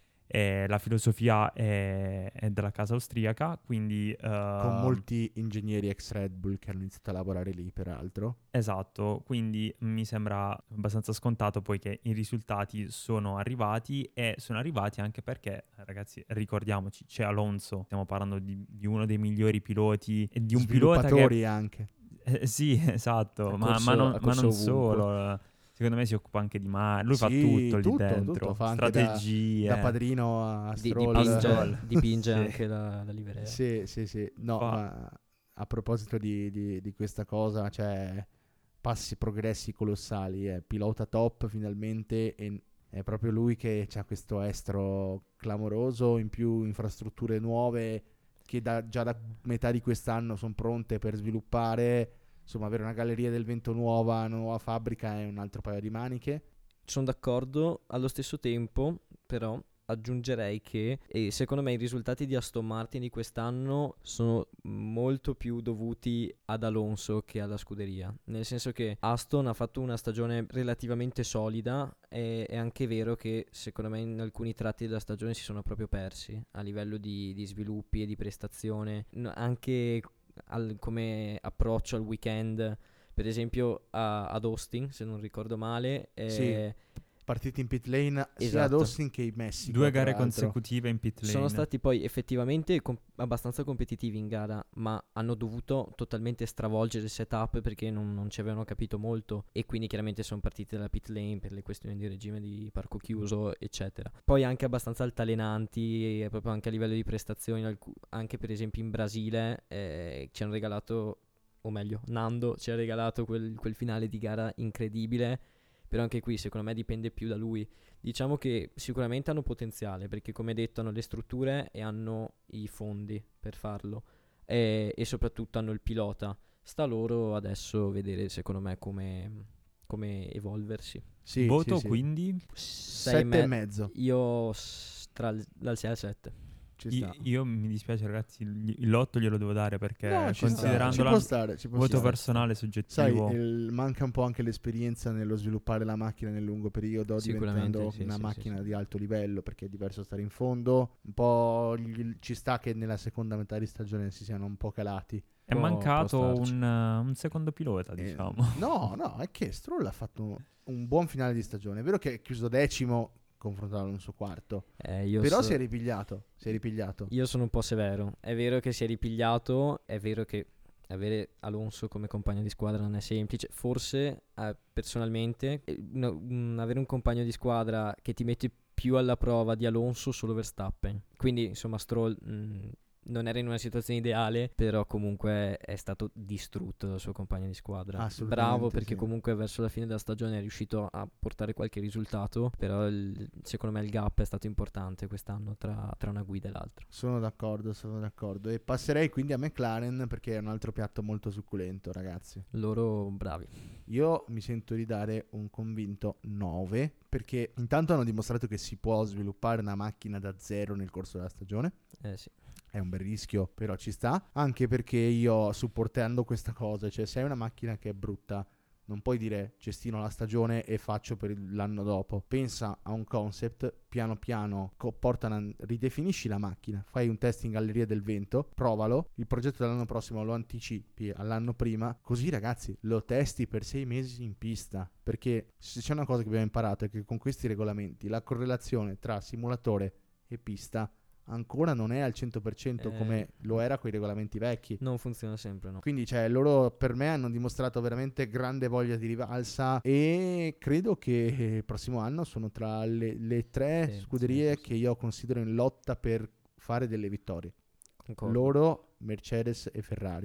[SPEAKER 3] E la filosofia è, è della casa austriaca, quindi...
[SPEAKER 1] Con
[SPEAKER 3] uh,
[SPEAKER 1] molti ingegneri ex Red Bull che hanno iniziato a lavorare lì, peraltro.
[SPEAKER 3] Esatto, quindi mi sembra abbastanza scontato poi che i risultati sono arrivati e sono arrivati anche perché, ragazzi, ricordiamoci, c'è Alonso, stiamo parlando di, di uno dei migliori piloti e di un pilota
[SPEAKER 1] Sviluppatori
[SPEAKER 3] che...
[SPEAKER 1] anche.
[SPEAKER 3] Eh, sì, esatto,
[SPEAKER 2] Ha
[SPEAKER 3] ma,
[SPEAKER 2] corso-
[SPEAKER 3] ma non,
[SPEAKER 2] ha
[SPEAKER 3] ma
[SPEAKER 2] corso
[SPEAKER 3] non
[SPEAKER 2] ovunque.
[SPEAKER 3] solo, secondo me si occupa anche di mare, lui fa
[SPEAKER 1] Sì,
[SPEAKER 3] tutto lì
[SPEAKER 1] tutto,
[SPEAKER 3] dentro,
[SPEAKER 1] tutto, fa anche da-
[SPEAKER 3] strategie,
[SPEAKER 1] Da padrino a
[SPEAKER 2] Di-
[SPEAKER 1] Stroll.
[SPEAKER 2] dipinge
[SPEAKER 3] Stroll.
[SPEAKER 2] dipinge
[SPEAKER 3] Sì.
[SPEAKER 2] anche la, la livrea.
[SPEAKER 1] Sì, sì, sì. No,
[SPEAKER 3] Fa-
[SPEAKER 1] ma a proposito di, di- di questa cosa, cioè passi progressi colossali, è pilota top finalmente e è proprio lui che ha questo estro clamoroso, in più infrastrutture nuove che da- già da metà di quest'anno sono pronte per sviluppare. Insomma, avere una galleria del vento nuova, una nuova fabbrica è un altro paio di maniche.
[SPEAKER 2] Sono d'accordo, allo stesso tempo però aggiungerei che eh, secondo me i risultati di Aston Martin di quest'anno sono molto più dovuti ad Alonso che alla scuderia, nel senso che Aston ha fatto una stagione relativamente solida e è anche vero che secondo me in alcuni tratti della stagione si sono proprio persi a livello di, di sviluppi e di prestazione, N- anche al- come approccio al weekend. Per esempio a- ad Austin, se non ricordo male, eh,
[SPEAKER 1] Sì. Partiti in pit lane sia ad
[SPEAKER 2] Esatto.
[SPEAKER 1] Austin che in Messico.
[SPEAKER 3] due
[SPEAKER 1] tra
[SPEAKER 3] gare
[SPEAKER 1] l'altro.
[SPEAKER 3] consecutive in pit lane.
[SPEAKER 2] sono stati poi effettivamente com- abbastanza competitivi in gara, ma hanno dovuto totalmente stravolgere il setup perché non, non ci avevano capito molto e quindi chiaramente sono partiti dalla pit lane per le questioni di regime di parco chiuso, eccetera. Poi anche abbastanza altalenanti, eh, proprio anche a livello di prestazioni, alcu- anche per esempio in Brasile eh, ci hanno regalato, o meglio, Nando ci ha regalato quel, quel finale di gara incredibile. Però anche qui secondo me dipende più da lui. Diciamo che sicuramente hanno potenziale perché come detto hanno le strutture e hanno i fondi per farlo e, e soprattutto hanno il pilota. Sta loro adesso vedere secondo me come, come evolversi.
[SPEAKER 1] Sì,
[SPEAKER 3] Voto
[SPEAKER 1] sì, sì.
[SPEAKER 3] quindi
[SPEAKER 2] Sei
[SPEAKER 1] Sette e
[SPEAKER 2] me-
[SPEAKER 1] mezzo.
[SPEAKER 2] Io s- tra il- dal sei al sette.
[SPEAKER 1] Ci
[SPEAKER 3] I-
[SPEAKER 1] sta.
[SPEAKER 3] io mi dispiace ragazzi, il il lotto glielo devo dare perché
[SPEAKER 1] No, ci sta.
[SPEAKER 3] considerando
[SPEAKER 1] Ci
[SPEAKER 3] la
[SPEAKER 1] può stare, ci può
[SPEAKER 3] voto
[SPEAKER 1] stare.
[SPEAKER 3] personale
[SPEAKER 1] Sai,
[SPEAKER 3] soggettivo,
[SPEAKER 1] il- manca un po' anche l'esperienza nello sviluppare la macchina nel lungo periodo,
[SPEAKER 2] Sicuramente,
[SPEAKER 1] diventando
[SPEAKER 2] sì,
[SPEAKER 1] una
[SPEAKER 2] sì,
[SPEAKER 1] macchina
[SPEAKER 2] sì, sì.
[SPEAKER 1] di alto livello, perché è diverso stare in fondo. Un po' gli- ci sta che nella seconda metà di stagione si siano un po' calati.
[SPEAKER 3] è
[SPEAKER 2] può-
[SPEAKER 3] mancato
[SPEAKER 2] può starci.
[SPEAKER 3] un, uh, un secondo pilota,
[SPEAKER 1] Eh,
[SPEAKER 3] diciamo.
[SPEAKER 1] no, no, è che Stroll ha fatto un, un buon finale di stagione. È vero che è chiuso decimo confrontato all'Alonso quarto,
[SPEAKER 2] Eh, io
[SPEAKER 1] però
[SPEAKER 2] so-
[SPEAKER 1] si è ripigliato, si è ripigliato.
[SPEAKER 2] Io sono un po' severo. È vero che si è ripigliato, è vero che avere Alonso come compagno di squadra non è semplice. Forse, eh, personalmente, eh, una- un- avere un compagno di squadra che ti mette più alla prova di Alonso solo Verstappen. Quindi, insomma, Stroll mh, non era in una situazione ideale, però comunque è stato distrutto dal suo compagno di squadra.
[SPEAKER 1] Assolutamente
[SPEAKER 2] Bravo perché
[SPEAKER 1] sì.
[SPEAKER 2] comunque verso la fine della stagione è riuscito a portare qualche risultato, però il- secondo me il gap è stato importante quest'anno tra, tra una guida e l'altra.
[SPEAKER 1] Sono d'accordo, sono d'accordo. E passerei quindi a McLaren perché è un altro piatto molto succulento, ragazzi.
[SPEAKER 2] Loro bravi.
[SPEAKER 1] Io mi sento di dare un convinto nove perché intanto hanno dimostrato che si può sviluppare una macchina da zero nel corso della stagione.
[SPEAKER 2] Eh sì.
[SPEAKER 1] È un bel rischio, però ci sta. Anche perché io, supportando questa cosa, cioè se hai una macchina che è brutta, non puoi dire cestino la stagione e faccio per il- l'anno dopo. Pensa a un concept, piano piano co- portano, ridefinisci la macchina, fai un test in galleria del vento, provalo, il progetto dell'anno prossimo lo anticipi all'anno prima, così ragazzi lo testi per sei mesi in pista. Perché se c'è una cosa che abbiamo imparato è che con questi regolamenti la correlazione tra simulatore e pista ancora non è al cento per cento
[SPEAKER 2] Eh.
[SPEAKER 1] come lo era con i regolamenti vecchi.
[SPEAKER 2] Non funziona sempre, no.
[SPEAKER 1] Quindi cioè loro per me hanno dimostrato veramente grande voglia di rivalsa e credo che il prossimo anno sono tra le, le tre
[SPEAKER 2] Sì,
[SPEAKER 1] scuderie
[SPEAKER 2] sì, sì,
[SPEAKER 1] che io considero in lotta per fare delle vittorie.
[SPEAKER 2] Concordo.
[SPEAKER 1] Loro, Mercedes e Ferrari.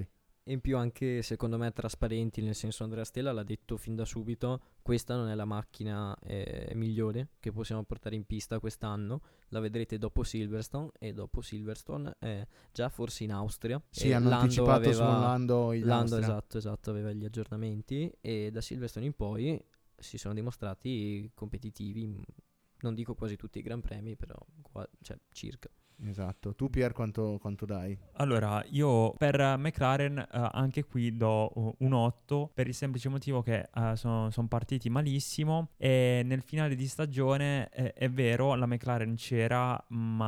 [SPEAKER 2] E in più anche secondo me trasparenti, nel senso Andrea Stella l'ha detto fin da subito, questa non è la macchina eh, migliore che possiamo portare in pista quest'anno, la vedrete dopo Silverstone, e dopo Silverstone eh, già forse in Austria.
[SPEAKER 1] Sì,
[SPEAKER 2] E
[SPEAKER 1] hanno
[SPEAKER 2] Lando
[SPEAKER 1] anticipato
[SPEAKER 2] aveva,
[SPEAKER 1] su Lando in
[SPEAKER 2] Lando
[SPEAKER 1] Austria.
[SPEAKER 2] esatto, esatto, aveva gli aggiornamenti, e da Silverstone in poi si sono dimostrati competitivi, in- non dico quasi tutti i Gran Premi, però qua- cioè, circa.
[SPEAKER 1] Esatto. Tu Pier quanto, quanto dai?
[SPEAKER 3] Allora, io per McLaren eh, anche qui do uh, un otto per il semplice motivo che sono partiti malissimo e nel finale di stagione eh, è vero, la McLaren c'era,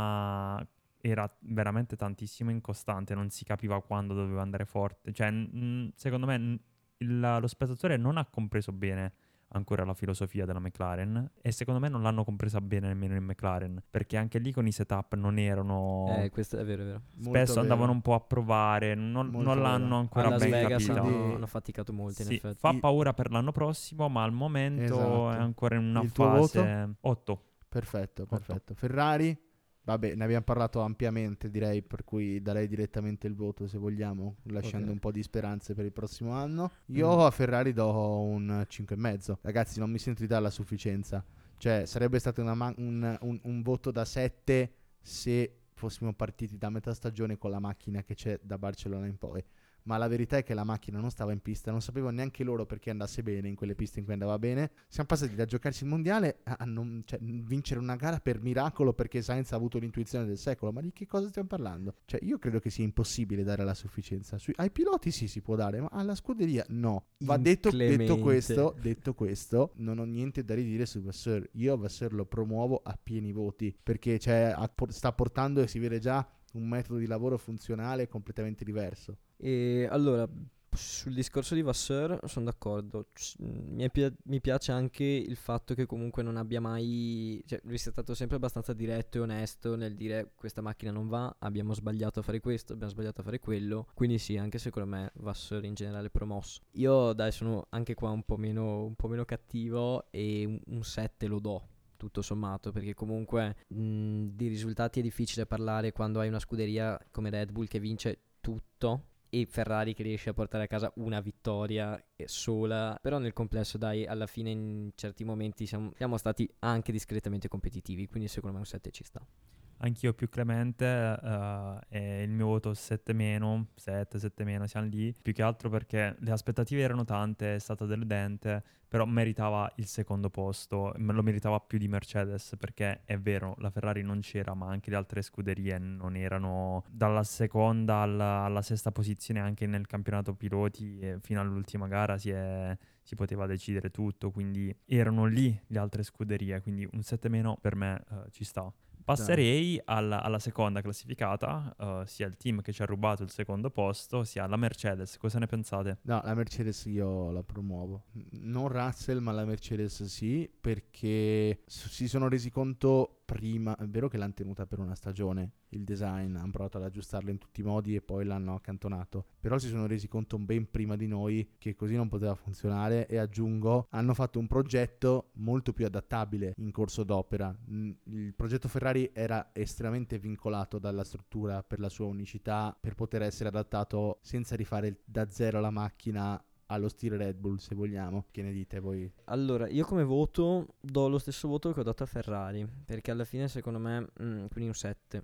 [SPEAKER 3] ma era veramente tantissimo incostante, non si capiva quando doveva andare forte. Cioè, mh, secondo me mh, il- lo spettatore non ha compreso bene ancora la filosofia della McLaren e secondo me non l'hanno compresa bene nemmeno in McLaren, perché anche lì con i setup non erano
[SPEAKER 2] Eh, questo è vero, è vero.
[SPEAKER 1] Molto
[SPEAKER 3] spesso andavano
[SPEAKER 1] vero.
[SPEAKER 3] un po' a provare, non,
[SPEAKER 1] Molto
[SPEAKER 3] non l'hanno
[SPEAKER 1] vero.
[SPEAKER 2] A
[SPEAKER 3] ancora
[SPEAKER 2] Las
[SPEAKER 3] ben
[SPEAKER 2] Vegas
[SPEAKER 3] capita.
[SPEAKER 2] hanno,
[SPEAKER 1] Quindi-
[SPEAKER 2] hanno faticato molto in
[SPEAKER 3] Sì,
[SPEAKER 2] effetti.
[SPEAKER 3] fa
[SPEAKER 1] Il-
[SPEAKER 3] paura per l'anno prossimo, ma al momento
[SPEAKER 1] Esatto.
[SPEAKER 3] è ancora in una
[SPEAKER 1] Il tuo
[SPEAKER 3] fase otto.
[SPEAKER 1] Perfetto,
[SPEAKER 3] Otto.
[SPEAKER 1] perfetto. Ferrari? Vabbè, ne abbiamo parlato ampiamente, direi, per cui darei direttamente il voto se vogliamo, lasciando
[SPEAKER 2] Ok.
[SPEAKER 1] un po' di speranze per il prossimo anno. Io
[SPEAKER 2] Mm.
[SPEAKER 1] a Ferrari do un cinque e mezzo. Ragazzi, non mi sento di dare la sufficienza. Cioè, sarebbe stato una ma- un, un- un voto da sette se fossimo partiti da metà stagione con la macchina che c'è da Barcellona in poi. Ma la verità è che la macchina non stava in pista, non sapevano neanche loro perché andasse bene in quelle piste in cui andava bene. Siamo passati da giocarci il mondiale a non, cioè, vincere una gara per miracolo perché Sainz ha avuto l'intuizione del secolo. Ma di che cosa stiamo parlando? Cioè, io credo che sia impossibile dare la sufficienza. Sui- ai piloti sì si può dare, ma alla scuderia no. Va detto, detto
[SPEAKER 2] Inclemente.
[SPEAKER 1] questo, detto questo, non ho niente da ridire su Vasseur. Io Vasseur lo promuovo a pieni voti perché cioè, ha- sta portando e si vede già un metodo di lavoro funzionale completamente diverso.
[SPEAKER 2] E allora, sul discorso di Vasseur sono d'accordo. C- Mi, è pi- mi piace anche il fatto che comunque non abbia mai, cioè lui sia stato sempre abbastanza diretto e onesto nel dire questa macchina non va, abbiamo sbagliato a fare questo, abbiamo sbagliato a fare quello. Quindi sì, anche secondo me Vasseur in generale promosso. Io dai sono anche qua un po' meno, un po' meno cattivo e un, un sette lo do. Tutto sommato, perché comunque mh, di risultati è difficile parlare quando hai una scuderia come Red Bull che vince tutto e Ferrari che riesce a portare a casa una vittoria eh, sola. Però nel complesso dai, alla fine in certi momenti siamo, siamo stati anche discretamente competitivi, quindi secondo me un sette ci sta.
[SPEAKER 3] Anch'io più clemente, eh, e il mio voto sette meno, sette, sette meno, siamo lì. Più che altro perché le aspettative erano tante, è stata deludente, però meritava il secondo posto, me lo meritava più di Mercedes, perché è vero, la Ferrari non c'era, ma anche le altre scuderie non erano dalla seconda alla, alla sesta posizione anche nel campionato piloti, e fino all'ultima gara si è... si poteva decidere tutto, quindi erano lì le altre scuderie, quindi un sette meno per me eh, ci sta. Passerei alla, alla seconda classificata, eh, sia il team che ci ha rubato il secondo posto, sia la Mercedes. Cosa ne pensate?
[SPEAKER 1] No, la Mercedes io la promuovo. N- Non Russell, ma la Mercedes sì, perché s- si sono resi conto prima, è vero che l'hanno tenuta per una stagione, il design, hanno provato ad aggiustarlo in tutti i modi e poi l'hanno accantonato, però si sono resi conto ben prima di noi che così non poteva funzionare e aggiungo, hanno fatto un progetto molto più adattabile in corso d'opera. Mm, Il progetto Ferrari era estremamente vincolato dalla struttura per la sua unicità, per poter essere adattato senza rifare da zero la macchina allo stile Red Bull, se vogliamo. Che ne dite voi?
[SPEAKER 2] Allora, io come voto do lo stesso voto che ho dato a Ferrari, perché alla fine secondo me, mm, quindi un sette,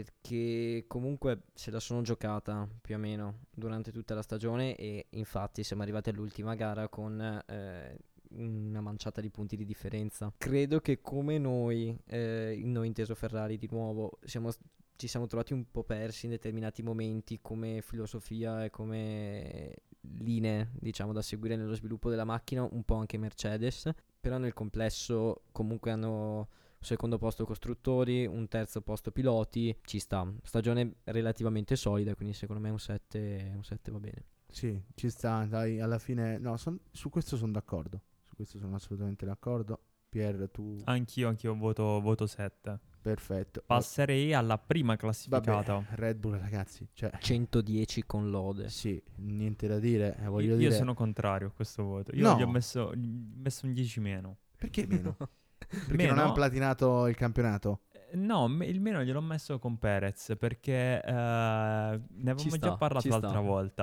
[SPEAKER 2] perché comunque se la sono giocata più o meno durante tutta la stagione e infatti siamo arrivati all'ultima gara con eh, una manciata di punti di differenza. Credo che come noi, eh, noi inteso Ferrari di nuovo, siamo ci siamo trovati un po' persi in determinati momenti come filosofia e come linee, diciamo, da seguire nello sviluppo della macchina, un po' anche Mercedes, però nel complesso comunque hanno un secondo posto costruttori, un terzo posto piloti, ci sta. Stagione relativamente solida, quindi secondo me un sette, un sette va bene.
[SPEAKER 1] Sì, ci sta, dai, alla fine no, son- su questo sono d'accordo. Su questo sono assolutamente d'accordo. Pier, tu
[SPEAKER 3] Anch'io, anch'io voto, voto sette.
[SPEAKER 1] perfetto.
[SPEAKER 3] Passerei alla prima
[SPEAKER 1] Vabbè,
[SPEAKER 3] classificata.
[SPEAKER 1] Red Bull, ragazzi, cioè
[SPEAKER 2] centodieci con lode.
[SPEAKER 1] sì, niente da dire, eh, voglio
[SPEAKER 3] Io,
[SPEAKER 1] dire.
[SPEAKER 3] io sono contrario a questo voto. Io
[SPEAKER 1] No.
[SPEAKER 3] gli ho messo, gli ho messo un dieci meno.
[SPEAKER 1] Perché meno? Perché
[SPEAKER 3] Meno?
[SPEAKER 1] non hanno platinato il campionato?
[SPEAKER 3] Eh, No, me- il meno gliel'ho messo con Perez perché eh, ne avevamo
[SPEAKER 2] sta,
[SPEAKER 3] già parlato
[SPEAKER 2] ci
[SPEAKER 3] l'altra
[SPEAKER 2] sta.
[SPEAKER 3] volta.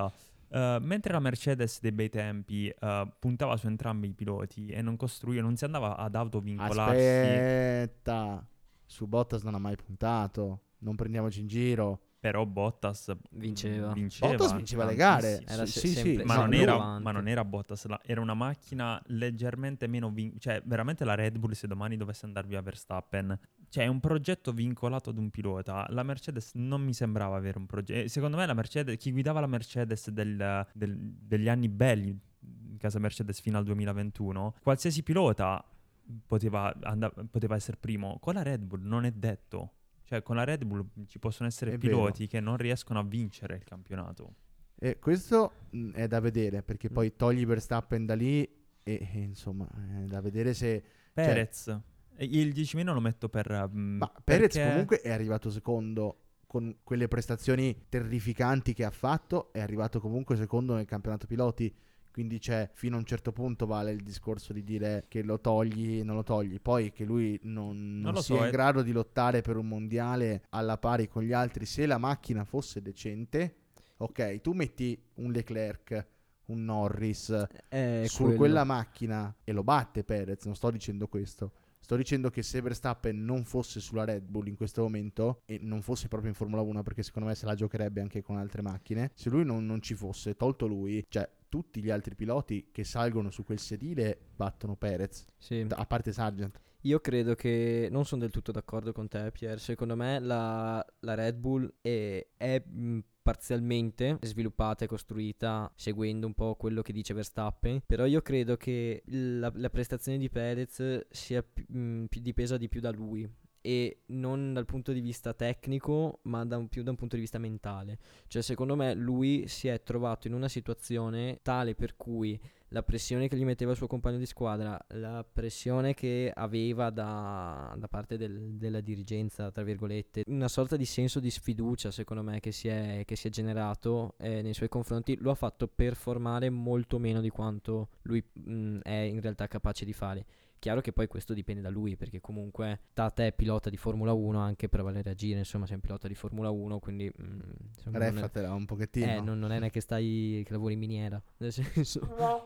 [SPEAKER 3] Uh, mentre la Mercedes dei bei tempi uh, puntava su entrambi i piloti e non costruiva, non si andava ad autovincolarsi.
[SPEAKER 1] Aspetta, su Bottas non ha mai puntato, non prendiamoci in giro.
[SPEAKER 3] Però Bottas
[SPEAKER 2] Vinceva.
[SPEAKER 3] vinceva
[SPEAKER 1] Bottas vinceva le gare.
[SPEAKER 2] Era
[SPEAKER 1] sì,
[SPEAKER 2] se-
[SPEAKER 1] sì, sì.
[SPEAKER 2] sempre-
[SPEAKER 3] ma,
[SPEAKER 1] No,
[SPEAKER 3] non
[SPEAKER 1] lui-
[SPEAKER 3] era,
[SPEAKER 2] avanti.
[SPEAKER 3] ma non era Bottas, la- era una macchina leggermente meno vin- cioè veramente la Red Bull, se domani dovesse andare via Verstappen, cioè è un progetto vincolato ad un pilota. La Mercedes non mi sembrava avere un progetto. Secondo me la Mercedes, chi guidava la Mercedes del- del- degli anni belli in casa Mercedes fino al duemilaventuno, qualsiasi pilota poteva, and- poteva essere primo. Con la Red Bull non è detto. Cioè, con la Red Bull ci possono essere
[SPEAKER 1] È
[SPEAKER 3] piloti che non riescono a vincere il campionato.
[SPEAKER 1] E questo mh, è da vedere, perché poi togli Verstappen da lì e, e, insomma è da vedere se...
[SPEAKER 3] Perez, e il dieci meno lo metto per... mm,
[SPEAKER 1] Ma Perez
[SPEAKER 3] perché-
[SPEAKER 1] comunque è arrivato secondo con quelle prestazioni terrificanti che ha fatto, è arrivato comunque secondo nel campionato piloti. Quindi c'è, fino a un certo punto vale il discorso di dire che lo togli, non lo togli. Poi che lui non, non
[SPEAKER 3] Non lo
[SPEAKER 1] sia
[SPEAKER 3] so,
[SPEAKER 1] in
[SPEAKER 3] eh.
[SPEAKER 1] grado di lottare per un mondiale alla pari con gli altri. Se la macchina fosse decente, ok, tu metti un Leclerc, un Norris
[SPEAKER 2] È
[SPEAKER 1] su
[SPEAKER 2] quello.
[SPEAKER 1] quella macchina e lo batte Perez. Non sto dicendo questo. Sto dicendo che se Verstappen non fosse sulla Red Bull in questo momento e non fosse proprio in Formula uno, perché secondo me se la giocherebbe anche con altre macchine, se lui non, non ci fosse, tolto lui, cioè tutti gli altri piloti che salgono su quel sedile battono Perez,
[SPEAKER 2] Sì.
[SPEAKER 1] a parte Sargent.
[SPEAKER 2] Io credo che non sono del tutto d'accordo con te, Pier. Secondo me la, la Red Bull è, è mh, parzialmente sviluppata e costruita seguendo un po' quello che dice Verstappen. Però io credo che la, la prestazione di Perez sia pi- mh, più dipesa di più da lui. E non dal punto di vista tecnico, ma da un, più da un punto di vista mentale. Cioè, secondo me, lui si è trovato in una situazione tale per cui la pressione che gli metteva il suo compagno di squadra, la pressione che aveva da, da parte del- della dirigenza, tra virgolette, una sorta di senso di sfiducia, secondo me, che si è, che si è generato eh, nei suoi confronti, lo ha fatto performare molto meno di quanto lui mh, è in realtà capace di fare. Chiaro che poi questo dipende da lui, perché comunque da te pilota di Formula uno anche per valere agire, insomma sei un pilota di Formula uno, quindi mm, insomma, non è,
[SPEAKER 1] Refatela un pochettino.
[SPEAKER 2] eh, non, non è neanche stai che lavori in miniera, nel senso.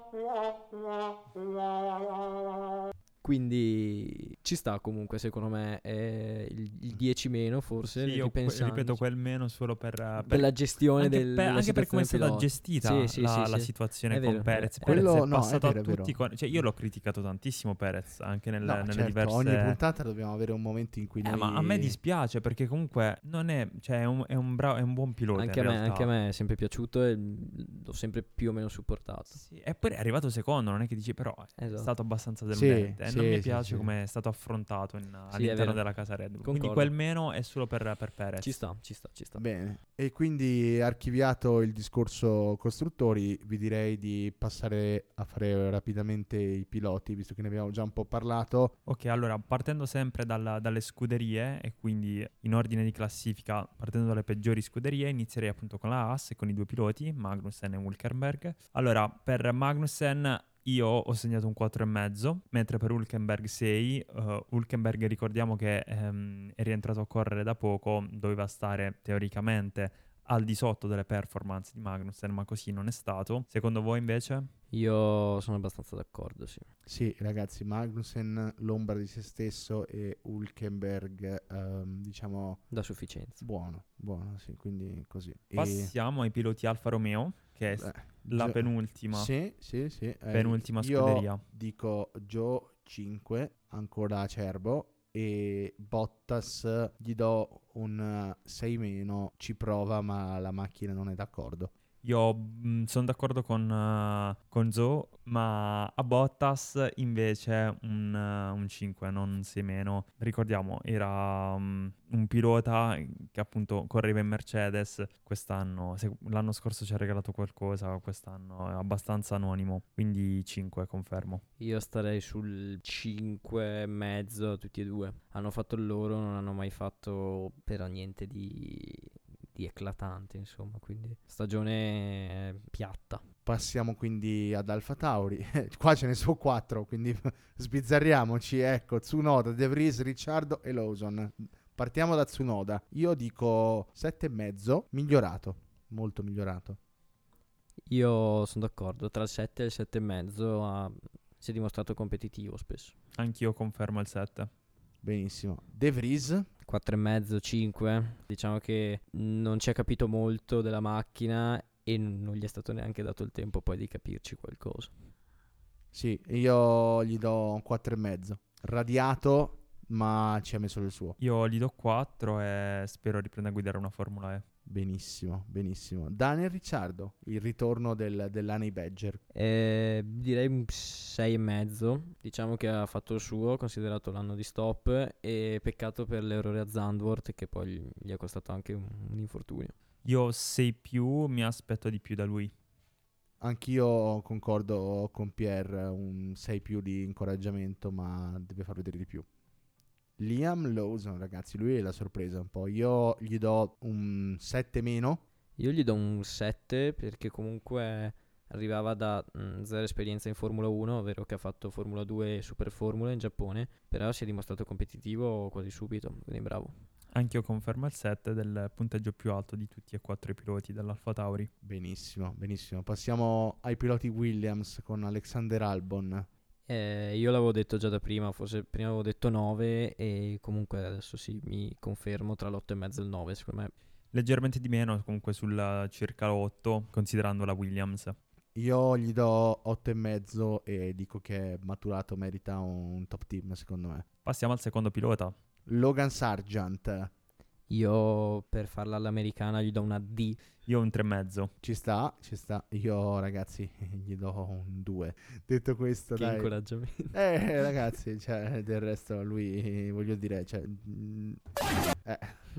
[SPEAKER 2] Quindi ci sta comunque, secondo me, eh, il, il dieci meno forse,
[SPEAKER 3] Sì, io que-
[SPEAKER 2] ripensandoci.
[SPEAKER 3] ripeto quel meno solo per...
[SPEAKER 2] per
[SPEAKER 3] per-
[SPEAKER 2] la gestione
[SPEAKER 3] anche
[SPEAKER 2] del,
[SPEAKER 3] per,
[SPEAKER 2] della
[SPEAKER 3] anche per come è
[SPEAKER 2] situazione
[SPEAKER 3] stata
[SPEAKER 2] pilota.
[SPEAKER 3] gestita
[SPEAKER 2] Sì, sì,
[SPEAKER 3] la,
[SPEAKER 2] sì,
[SPEAKER 3] la
[SPEAKER 2] sì.
[SPEAKER 3] situazione
[SPEAKER 2] È
[SPEAKER 3] con
[SPEAKER 2] vero,
[SPEAKER 3] Perez.
[SPEAKER 2] è-
[SPEAKER 3] Perez
[SPEAKER 1] Quello-
[SPEAKER 3] è
[SPEAKER 1] no, è
[SPEAKER 3] passato
[SPEAKER 1] vero, è
[SPEAKER 3] a tutti
[SPEAKER 1] vero.
[SPEAKER 3] con- cioè io l'ho criticato tantissimo Perez anche nel-
[SPEAKER 1] No,
[SPEAKER 3] nelle
[SPEAKER 1] certo,
[SPEAKER 3] diverse...
[SPEAKER 1] ogni puntata dobbiamo avere un momento in cui
[SPEAKER 3] Eh,
[SPEAKER 1] noi...
[SPEAKER 3] ma a me dispiace perché comunque non è, cioè è un, è un, bravo, è un buon pilota
[SPEAKER 2] Anche
[SPEAKER 3] in
[SPEAKER 2] a, me,
[SPEAKER 3] realtà.
[SPEAKER 2] anche a me è sempre piaciuto e mm, l'ho sempre più o meno supportato.
[SPEAKER 3] Sì, e poi è arrivato secondo, non è che dici però è
[SPEAKER 2] Esatto.
[SPEAKER 3] stato abbastanza
[SPEAKER 1] Sì,
[SPEAKER 3] deludente e
[SPEAKER 1] sì,
[SPEAKER 3] non mi
[SPEAKER 1] sì,
[SPEAKER 3] piace
[SPEAKER 1] sì.
[SPEAKER 3] come è stato affrontato in-
[SPEAKER 2] è
[SPEAKER 3] all'interno
[SPEAKER 2] vero.
[SPEAKER 3] della casa Red Bull. Quindi
[SPEAKER 2] Concordo.
[SPEAKER 3] quel meno è solo per, per Perez.
[SPEAKER 2] Ci sta, ci sta, ci sta.
[SPEAKER 1] Bene, e quindi archiviato il discorso costruttori, vi direi di passare a fare rapidamente i piloti, visto che ne abbiamo già un po' parlato.
[SPEAKER 3] Ok, allora partendo sempre dalla- dalle scuderie e quindi in ordine di classifica, partendo dalle peggiori scuderie, inizierei appunto con la Haas e con i due piloti, Magnussen e Hülkenberg. Allora, per Magnussen io ho segnato un quattro e mezzo, mentre per Hülkenberg sei. Uh, Hülkenberg ricordiamo che ehm, è rientrato a correre da poco, doveva stare teoricamente al di sotto delle performance di Magnussen, ma così non è stato. Secondo voi invece?
[SPEAKER 2] Io sono abbastanza d'accordo, sì.
[SPEAKER 1] Sì, ragazzi, Magnussen l'ombra di se stesso e Hülkenberg, ehm, diciamo,
[SPEAKER 2] Da sufficienza.
[SPEAKER 1] buono, buono, sì, quindi così. E-
[SPEAKER 3] Passiamo ai piloti Alfa Romeo, che è
[SPEAKER 1] Beh,
[SPEAKER 3] la
[SPEAKER 1] Gio-
[SPEAKER 3] penultima.
[SPEAKER 1] Sì, sì, sì. eh,
[SPEAKER 3] Penultima
[SPEAKER 1] io
[SPEAKER 3] scuderia.
[SPEAKER 1] dico Joe cinque, ancora acerbo, e Bottas gli do un sei meno, ci prova, ma la macchina non è d'accordo.
[SPEAKER 3] Io sono d'accordo con, uh, con Zoe, ma a Bottas invece un, uh, un cinque, non un sei meno. Ricordiamo, era um, un pilota che appunto correva in Mercedes. Quest'anno, se- l'anno scorso ci ha regalato qualcosa, quest'anno è abbastanza anonimo. Quindi cinque, confermo.
[SPEAKER 2] Io starei sul cinque e mezzo tutti e due. Hanno fatto il loro, non hanno mai fatto però niente di, di eclatante, insomma, quindi stagione eh, piatta.
[SPEAKER 1] Passiamo quindi ad Alfa Tauri. Qua ce ne sono quattro, quindi sbizzarriamoci. Ecco, Tsunoda, De Vries, Ricciardo e Lawson. Partiamo da Tsunoda. Io dico sette e mezzo, migliorato, molto migliorato.
[SPEAKER 2] Io sono d'accordo, tra il sette e il sette e mezzo ha- si è dimostrato competitivo spesso.
[SPEAKER 3] Anch'io confermo il sette.
[SPEAKER 1] Benissimo. De Vries?
[SPEAKER 2] quattro e mezzo, cinque. Diciamo che non ci ha capito molto della macchina e non gli è stato neanche dato il tempo poi di capirci qualcosa.
[SPEAKER 1] Sì, io gli do un quattro e mezzo. Radiato, ma ci ha messo il suo.
[SPEAKER 3] Io gli do quattro e spero riprenda a guidare una Formula E.
[SPEAKER 1] Benissimo, benissimo. Daniel Ricciardo, il ritorno del, dell'Honey Badger.
[SPEAKER 2] Eh, direi un sei e mezzo. Diciamo che ha fatto il suo, considerato l'anno di stop, e peccato per l'errore a Zandvoort che poi gli- gli è costato anche un, un infortunio.
[SPEAKER 3] Io sei più, mi aspetto di più da lui.
[SPEAKER 1] Anch'io concordo con Pierre, un sei più di incoraggiamento, ma deve far vedere di più. Liam Lawson, ragazzi, lui è la sorpresa un po'. Io gli do un sette meno.
[SPEAKER 2] Io gli do un sette perché comunque arrivava da mm, zero esperienza in Formula uno, ovvero che ha fatto Formula due e Super Formula in Giappone, però si è dimostrato competitivo quasi subito, quindi bravo.
[SPEAKER 3] Anch'io confermo il sette del punteggio più alto di tutti e quattro i piloti dell'Alfa Tauri.
[SPEAKER 1] Benissimo, benissimo. Passiamo ai piloti Williams con Alexander Albon.
[SPEAKER 2] Eh, io l'avevo detto già da prima, forse prima avevo detto nove e comunque adesso sì, mi confermo tra l'otto e mezzo e il nove, secondo me.
[SPEAKER 3] Leggermente di meno, comunque sul circa otto, considerando la Williams.
[SPEAKER 1] Io gli do otto e mezzo e dico che maturato merita un top team, secondo me.
[SPEAKER 3] Passiamo al secondo pilota.
[SPEAKER 1] Logan Sargent.
[SPEAKER 2] Io per farla all'americana gli do una D.
[SPEAKER 3] Io un tre e mezzo.
[SPEAKER 1] Ci sta, ci sta. Io, ragazzi, gli do un due. Detto questo,
[SPEAKER 2] Che
[SPEAKER 1] dai.
[SPEAKER 2] incoraggiamento.
[SPEAKER 1] Eh, ragazzi, cioè, del resto lui, voglio dire, cioè... mm, eh.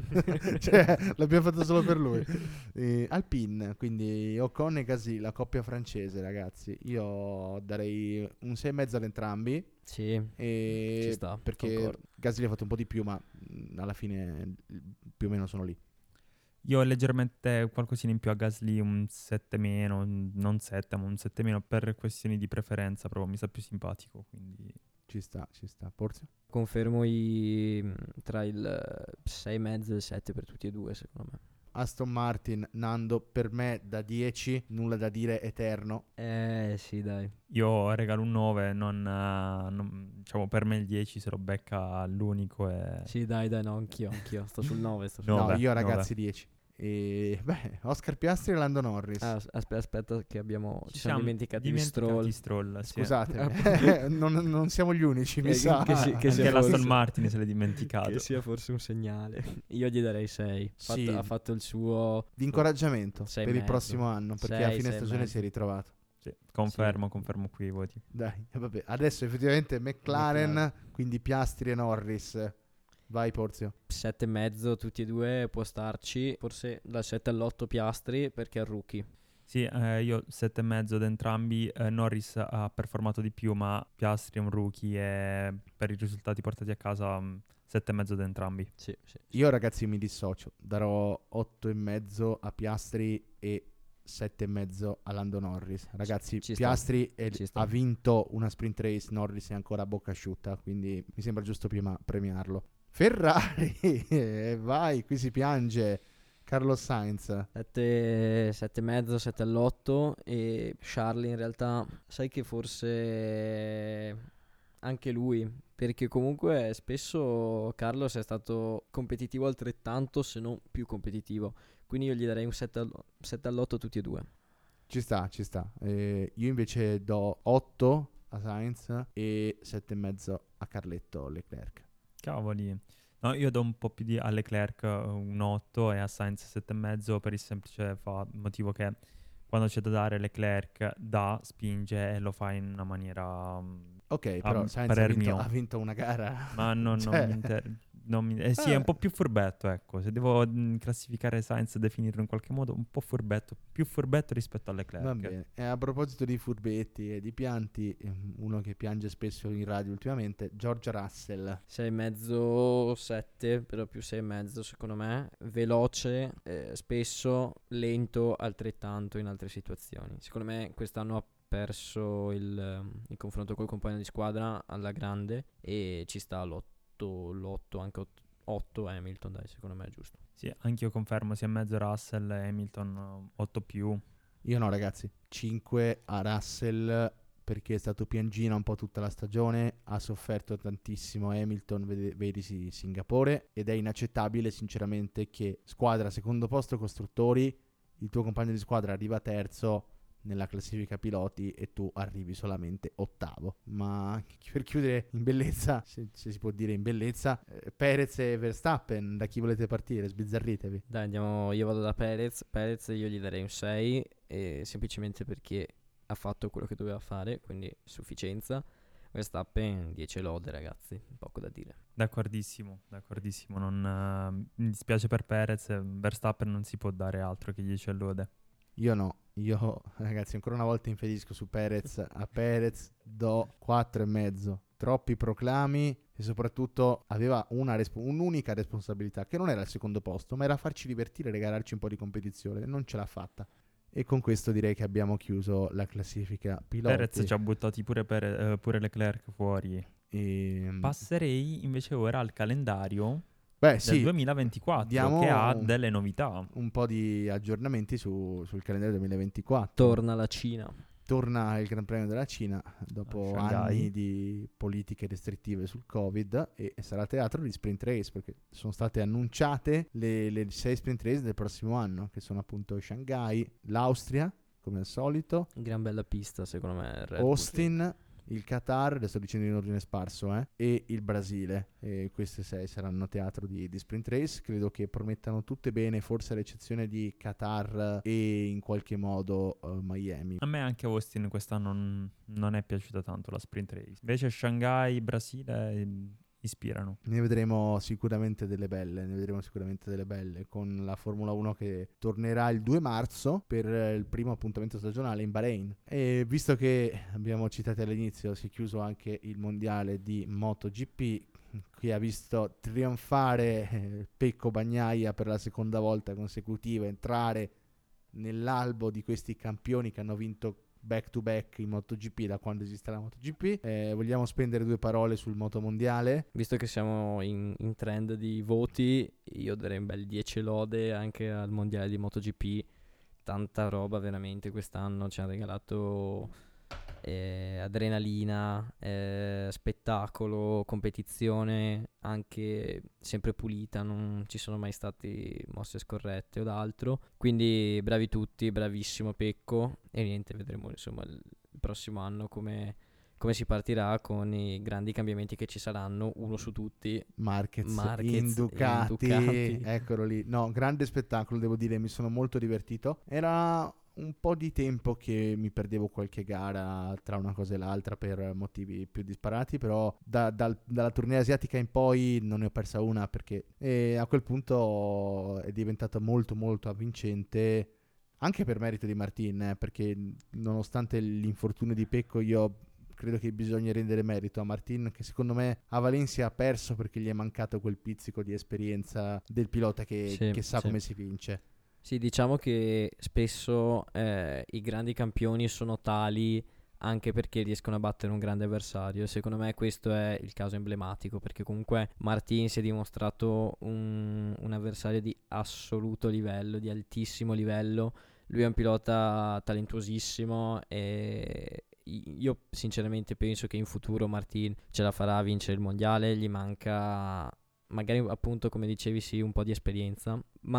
[SPEAKER 1] Cioè, l'abbiamo fatto solo per lui. Eh, Alpine, quindi Ocon e Gasly, la coppia francese, ragazzi. Io darei un sei e mezzo ad entrambi.
[SPEAKER 2] Sì,
[SPEAKER 1] E
[SPEAKER 2] ci sta,
[SPEAKER 1] perché
[SPEAKER 2] concordo.
[SPEAKER 1] Gasly ha fatto un po' di più, ma mm, alla fine mm, più o meno sono lì.
[SPEAKER 3] Io ho leggermente qualcosina in più a Gasly, un sette meno, un- non sette, ma un sette meno per questioni di preferenza, proprio mi sta più simpatico, quindi...
[SPEAKER 1] Ci sta, ci sta. Porzio?
[SPEAKER 2] Confermo i, tra il sei e mezzo e il sette per tutti e due, secondo me.
[SPEAKER 1] Aston Martin, Nando, per me da dieci, nulla da dire, eterno.
[SPEAKER 2] Eh sì, dai.
[SPEAKER 3] Io regalo un nove, non, eh, non- diciamo per me il dieci se lo becca l'unico e...
[SPEAKER 2] Sì, dai, dai, no, anch'io, anch'io. Sto sul nove, sto sul
[SPEAKER 3] No,
[SPEAKER 1] No,
[SPEAKER 3] Nove,
[SPEAKER 1] io
[SPEAKER 3] nove.
[SPEAKER 1] ragazzi dieci. E beh, Oscar Piastri e Lando Norris.
[SPEAKER 2] Ah, as- aspetta, aspetta che abbiamo ci,
[SPEAKER 3] Ci
[SPEAKER 2] siamo dimenticati di
[SPEAKER 3] dimenticati
[SPEAKER 2] Stroll.
[SPEAKER 3] Stroll, sì.
[SPEAKER 1] Scusate, non, non siamo gli unici, mi
[SPEAKER 2] Eh,
[SPEAKER 1] sa.
[SPEAKER 2] che sì- che sia
[SPEAKER 3] Anche l'Aston
[SPEAKER 2] forse-
[SPEAKER 3] Martin se l'è dimenticato.
[SPEAKER 2] Che sia forse un segnale. Io gli darei sei.
[SPEAKER 1] Sì.
[SPEAKER 2] Ha fatto il suo
[SPEAKER 1] Di incoraggiamento
[SPEAKER 2] Sei e
[SPEAKER 1] per il
[SPEAKER 2] mezzo.
[SPEAKER 1] prossimo anno, perché
[SPEAKER 2] Sei,
[SPEAKER 1] a fine
[SPEAKER 2] sei e
[SPEAKER 1] stagione
[SPEAKER 2] mezzo.
[SPEAKER 1] si è ritrovato.
[SPEAKER 3] Sì, confermo, confermo qui i voti.
[SPEAKER 1] Dai, e vabbè, adesso effettivamente McLaren,
[SPEAKER 2] McLaren.
[SPEAKER 1] quindi Piastri e Norris. Vai Porzio.
[SPEAKER 2] sette e mezzo tutti e due può starci. Forse dal sette all'otto Piastri perché è il rookie.
[SPEAKER 3] Sì, eh, io sette e mezzo ad entrambi. eh, Norris ha performato di più, ma Piastri è un rookie e per i risultati portati a casa mh, sette e mezzo ad entrambi.
[SPEAKER 2] Sì, sì.
[SPEAKER 1] Io ragazzi mi dissocio, darò otto e mezzo a Piastri e sette e mezzo a Lando Norris. Ragazzi,
[SPEAKER 2] Ci sta.
[SPEAKER 1] Piastri è-
[SPEAKER 2] Ci sta.
[SPEAKER 1] ha vinto una sprint race, Norris è ancora a bocca asciutta, quindi mi sembra giusto prima premiarlo. Ferrari, eh, vai, qui si piange. Carlos Sainz.
[SPEAKER 2] sette, sette e mezzo, sette all'otto e Charlie in realtà sai che forse anche lui, perché comunque spesso Carlos è stato competitivo altrettanto se non più competitivo, quindi io gli darei un sette all'otto tutti e due.
[SPEAKER 1] Ci sta, ci sta. Eh, io invece do otto a Sainz e sette e mezzo a Carletto Leclerc.
[SPEAKER 3] Cavoli. No, io do un po' più di a Leclerc eh, un otto e a Sainz sette e mezzo per il semplice fa- motivo che quando c'è da dare Leclerc dà, spinge e lo fa in una maniera... mm,
[SPEAKER 1] Ok,
[SPEAKER 3] a
[SPEAKER 1] però Sainz ha
[SPEAKER 3] parer
[SPEAKER 1] vinto,
[SPEAKER 3] mio.
[SPEAKER 1] ha vinto una gara.
[SPEAKER 3] Ma non, non
[SPEAKER 1] Cioè,
[SPEAKER 3] mi inter- non mi- eh sì, è un po' più furbetto, ecco. Se devo mm, classificare Sainz e definirlo in qualche modo, un po' furbetto. Più furbetto rispetto a Leclerc.
[SPEAKER 1] Va bene. E a proposito di furbetti e di pianti, ehm, uno che piange spesso in radio ultimamente, George Russell.
[SPEAKER 2] sei e mezzo, sette, però più sei e mezzo secondo me. Veloce, eh, spesso, lento altrettanto in altre situazioni. Secondo me quest'anno ha perso il, il confronto col compagno di squadra alla grande e ci sta l'otto, l'otto anche otto Hamilton, dai, secondo me è giusto.
[SPEAKER 3] Sì, anch'io confermo sia mezzo Russell e Hamilton otto più.
[SPEAKER 1] Io no, ragazzi, cinque a Russell perché è stato piangina un po' tutta la stagione, ha sofferto tantissimo Hamilton, vede- vedisi Singapore, ed è inaccettabile sinceramente che squadra secondo posto costruttori, il tuo compagno di squadra arriva terzo nella classifica piloti e tu arrivi solamente ottavo. Ma per chiudere in bellezza, se, se si può dire in bellezza, eh, Perez e Verstappen, da chi volete partire? Sbizzarritevi.
[SPEAKER 2] Dai, andiamo, io vado da Perez. Perez io gli darei un sei, e semplicemente perché ha fatto quello che doveva fare, quindi sufficienza. Verstappen dieci lode, ragazzi, poco da dire.
[SPEAKER 3] D'accordissimo, d'accordissimo. Non, eh, mi dispiace per Perez, Verstappen non si può dare altro che dieci lode.
[SPEAKER 1] Io no, io ragazzi ancora una volta infedisco su Perez. A Perez do quattro e mezzo. Troppi proclami e soprattutto aveva una resp- un'unica responsabilità che non era il secondo posto, ma era farci divertire e regalarci un po' di competizione. Non ce l'ha fatta. E con questo direi che abbiamo chiuso la classifica piloti.
[SPEAKER 3] Perez ci ha buttati pure, per, eh, pure Leclerc fuori.
[SPEAKER 1] E...
[SPEAKER 3] Passerei invece ora al calendario
[SPEAKER 1] Beh,
[SPEAKER 3] del
[SPEAKER 1] sì,
[SPEAKER 3] duemilaventiquattro,
[SPEAKER 1] diamo
[SPEAKER 3] che ha
[SPEAKER 1] un-
[SPEAKER 3] delle novità.
[SPEAKER 1] un po' di aggiornamenti su- sul calendario duemilaventiquattro.
[SPEAKER 2] Torna la Cina.
[SPEAKER 1] Torna il Gran Premio della Cina dopo
[SPEAKER 3] A Shanghai.
[SPEAKER 1] anni di politiche restrittive sul Covid e sarà teatro di sprint race perché sono state annunciate le, le sei sprint race del prossimo anno, che sono appunto Shanghai, l'Austria come al solito,
[SPEAKER 2] Gran bella pista, secondo me. Red Bull.
[SPEAKER 1] Austin, il Qatar, le sto dicendo in ordine sparso, eh, e il Brasile. E queste sei saranno teatro di, di sprint race. Credo che promettano tutte bene, forse a eccezione di Qatar e in qualche modo uh, Miami.
[SPEAKER 3] A me anche Austin quest'anno non, non è piaciuta tanto la sprint race. Invece Shanghai, Brasile eh, ispirano.
[SPEAKER 1] Ne vedremo sicuramente delle belle, ne vedremo sicuramente delle belle con la Formula uno che tornerà il due marzo per il primo appuntamento stagionale in Bahrain. E visto che abbiamo citato all'inizio, si è chiuso anche il mondiale di MotoGP, che ha visto trionfare eh, Pecco Bagnaia per la seconda volta consecutiva, entrare nell'albo di questi campioni che hanno vinto back to back in MotoGP da quando esiste la MotoGP. Eh, vogliamo spendere due parole sul motomondiale?
[SPEAKER 2] Visto che siamo in, in trend di voti, io darei un bel dieci lode anche al mondiale di MotoGP. Tanta roba veramente quest'anno, ci hanno regalato eh, adrenalina, eh, spettacolo, competizione anche sempre pulita, non ci sono mai stati mosse scorrette o d'altro, quindi bravi tutti, bravissimo Pecco, e niente, vedremo insomma il, il prossimo anno come, come si partirà con i grandi cambiamenti che ci saranno, uno su tutti.
[SPEAKER 1] Marquez,
[SPEAKER 2] Marquez
[SPEAKER 1] in
[SPEAKER 2] in
[SPEAKER 1] Ducati,
[SPEAKER 2] Ducati.
[SPEAKER 1] eccolo lì. No, grande spettacolo, devo dire, mi sono molto divertito. Era un po' di tempo che mi perdevo qualche gara tra una cosa e l'altra per motivi più disparati, però da, dal, dalla tournée asiatica in poi non ne ho persa una perché e a quel punto è diventata molto molto avvincente, anche per merito di Martin, eh, perché nonostante l'infortunio di Pecco io credo che bisogna rendere merito a Martin, che secondo me a Valencia ha perso perché gli è mancato quel pizzico di esperienza del pilota che,
[SPEAKER 2] Sì,
[SPEAKER 1] che sa
[SPEAKER 2] sì.
[SPEAKER 1] come si vince.
[SPEAKER 2] Sì, diciamo che spesso eh, i grandi campioni sono tali anche perché riescono a battere un grande avversario, e secondo me questo è il caso emblematico, perché comunque Martin si è dimostrato un, un avversario di assoluto livello, di altissimo livello. Lui è un pilota talentuosissimo e io sinceramente penso che in futuro Martin ce la farà a vincere il mondiale. Gli manca magari appunto, come dicevi, sì, un po' di esperienza,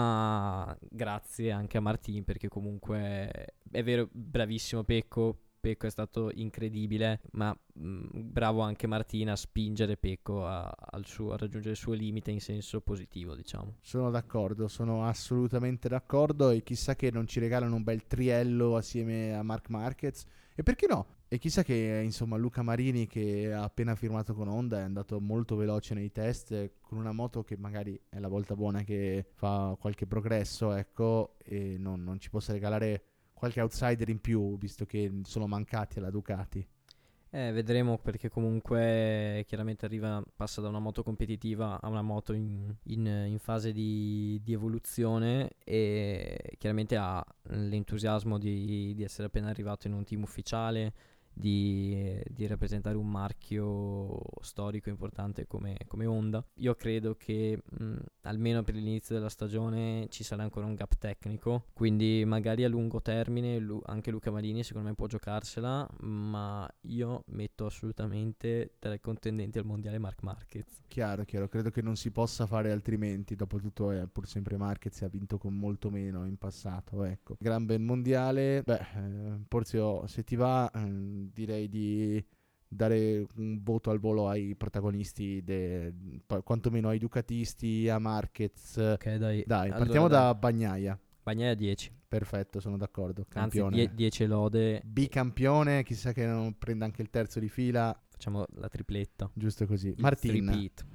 [SPEAKER 2] ma grazie anche a Martin, perché comunque è vero, bravissimo Pecco, Pecco è stato incredibile, ma mh, bravo anche Martin a spingere Pecco a, al suo, a raggiungere il suo limite in senso positivo, diciamo.
[SPEAKER 1] Sono d'accordo, sono assolutamente d'accordo, e chissà che non ci regalano un bel triello assieme a Marc Marquez, e perché no? E chissà che insomma Luca Marini, che ha appena firmato con Honda, è andato molto veloce nei test con una moto che magari è la volta buona che fa qualche progresso, ecco, e non, non ci possa regalare qualche outsider in più, visto che sono mancati alla Ducati.
[SPEAKER 2] Eh, vedremo, perché comunque chiaramente arriva, passa da una moto competitiva a una moto in, in, in fase di, di evoluzione, e chiaramente ha l'entusiasmo di, di essere appena arrivato in un team ufficiale, di, di rappresentare un marchio storico importante come, come Honda. Io credo che mh, almeno per l'inizio della stagione ci sarà ancora un gap tecnico, quindi magari a lungo termine lu- anche Luca Marini secondo me può giocarsela, ma io metto assolutamente tra i contendenti al mondiale Marc Marquez.
[SPEAKER 1] Chiaro, chiaro, credo che non si possa fare altrimenti, dopotutto è pur sempre Marquez e ha vinto con molto meno in passato, ecco. Gran bel mondiale, beh, eh, Porzio, se ti va eh, direi di dare un voto al volo ai protagonisti, de, pa- quantomeno ai ducatisti, a Marquez.
[SPEAKER 2] Ok, dai.
[SPEAKER 1] Dai,
[SPEAKER 2] Allora,
[SPEAKER 1] partiamo
[SPEAKER 2] dai.
[SPEAKER 1] da Bagnaia.
[SPEAKER 2] Bagnaia dieci.
[SPEAKER 1] Perfetto, sono d'accordo.
[SPEAKER 2] Anzi,
[SPEAKER 1] Campione.
[SPEAKER 2] die- dieci lode.
[SPEAKER 1] Bicampione, chissà che non prenda anche il terzo di fila.
[SPEAKER 2] Facciamo la tripletta.
[SPEAKER 1] Giusto così.
[SPEAKER 2] Il
[SPEAKER 1] Martin,
[SPEAKER 2] three-peat.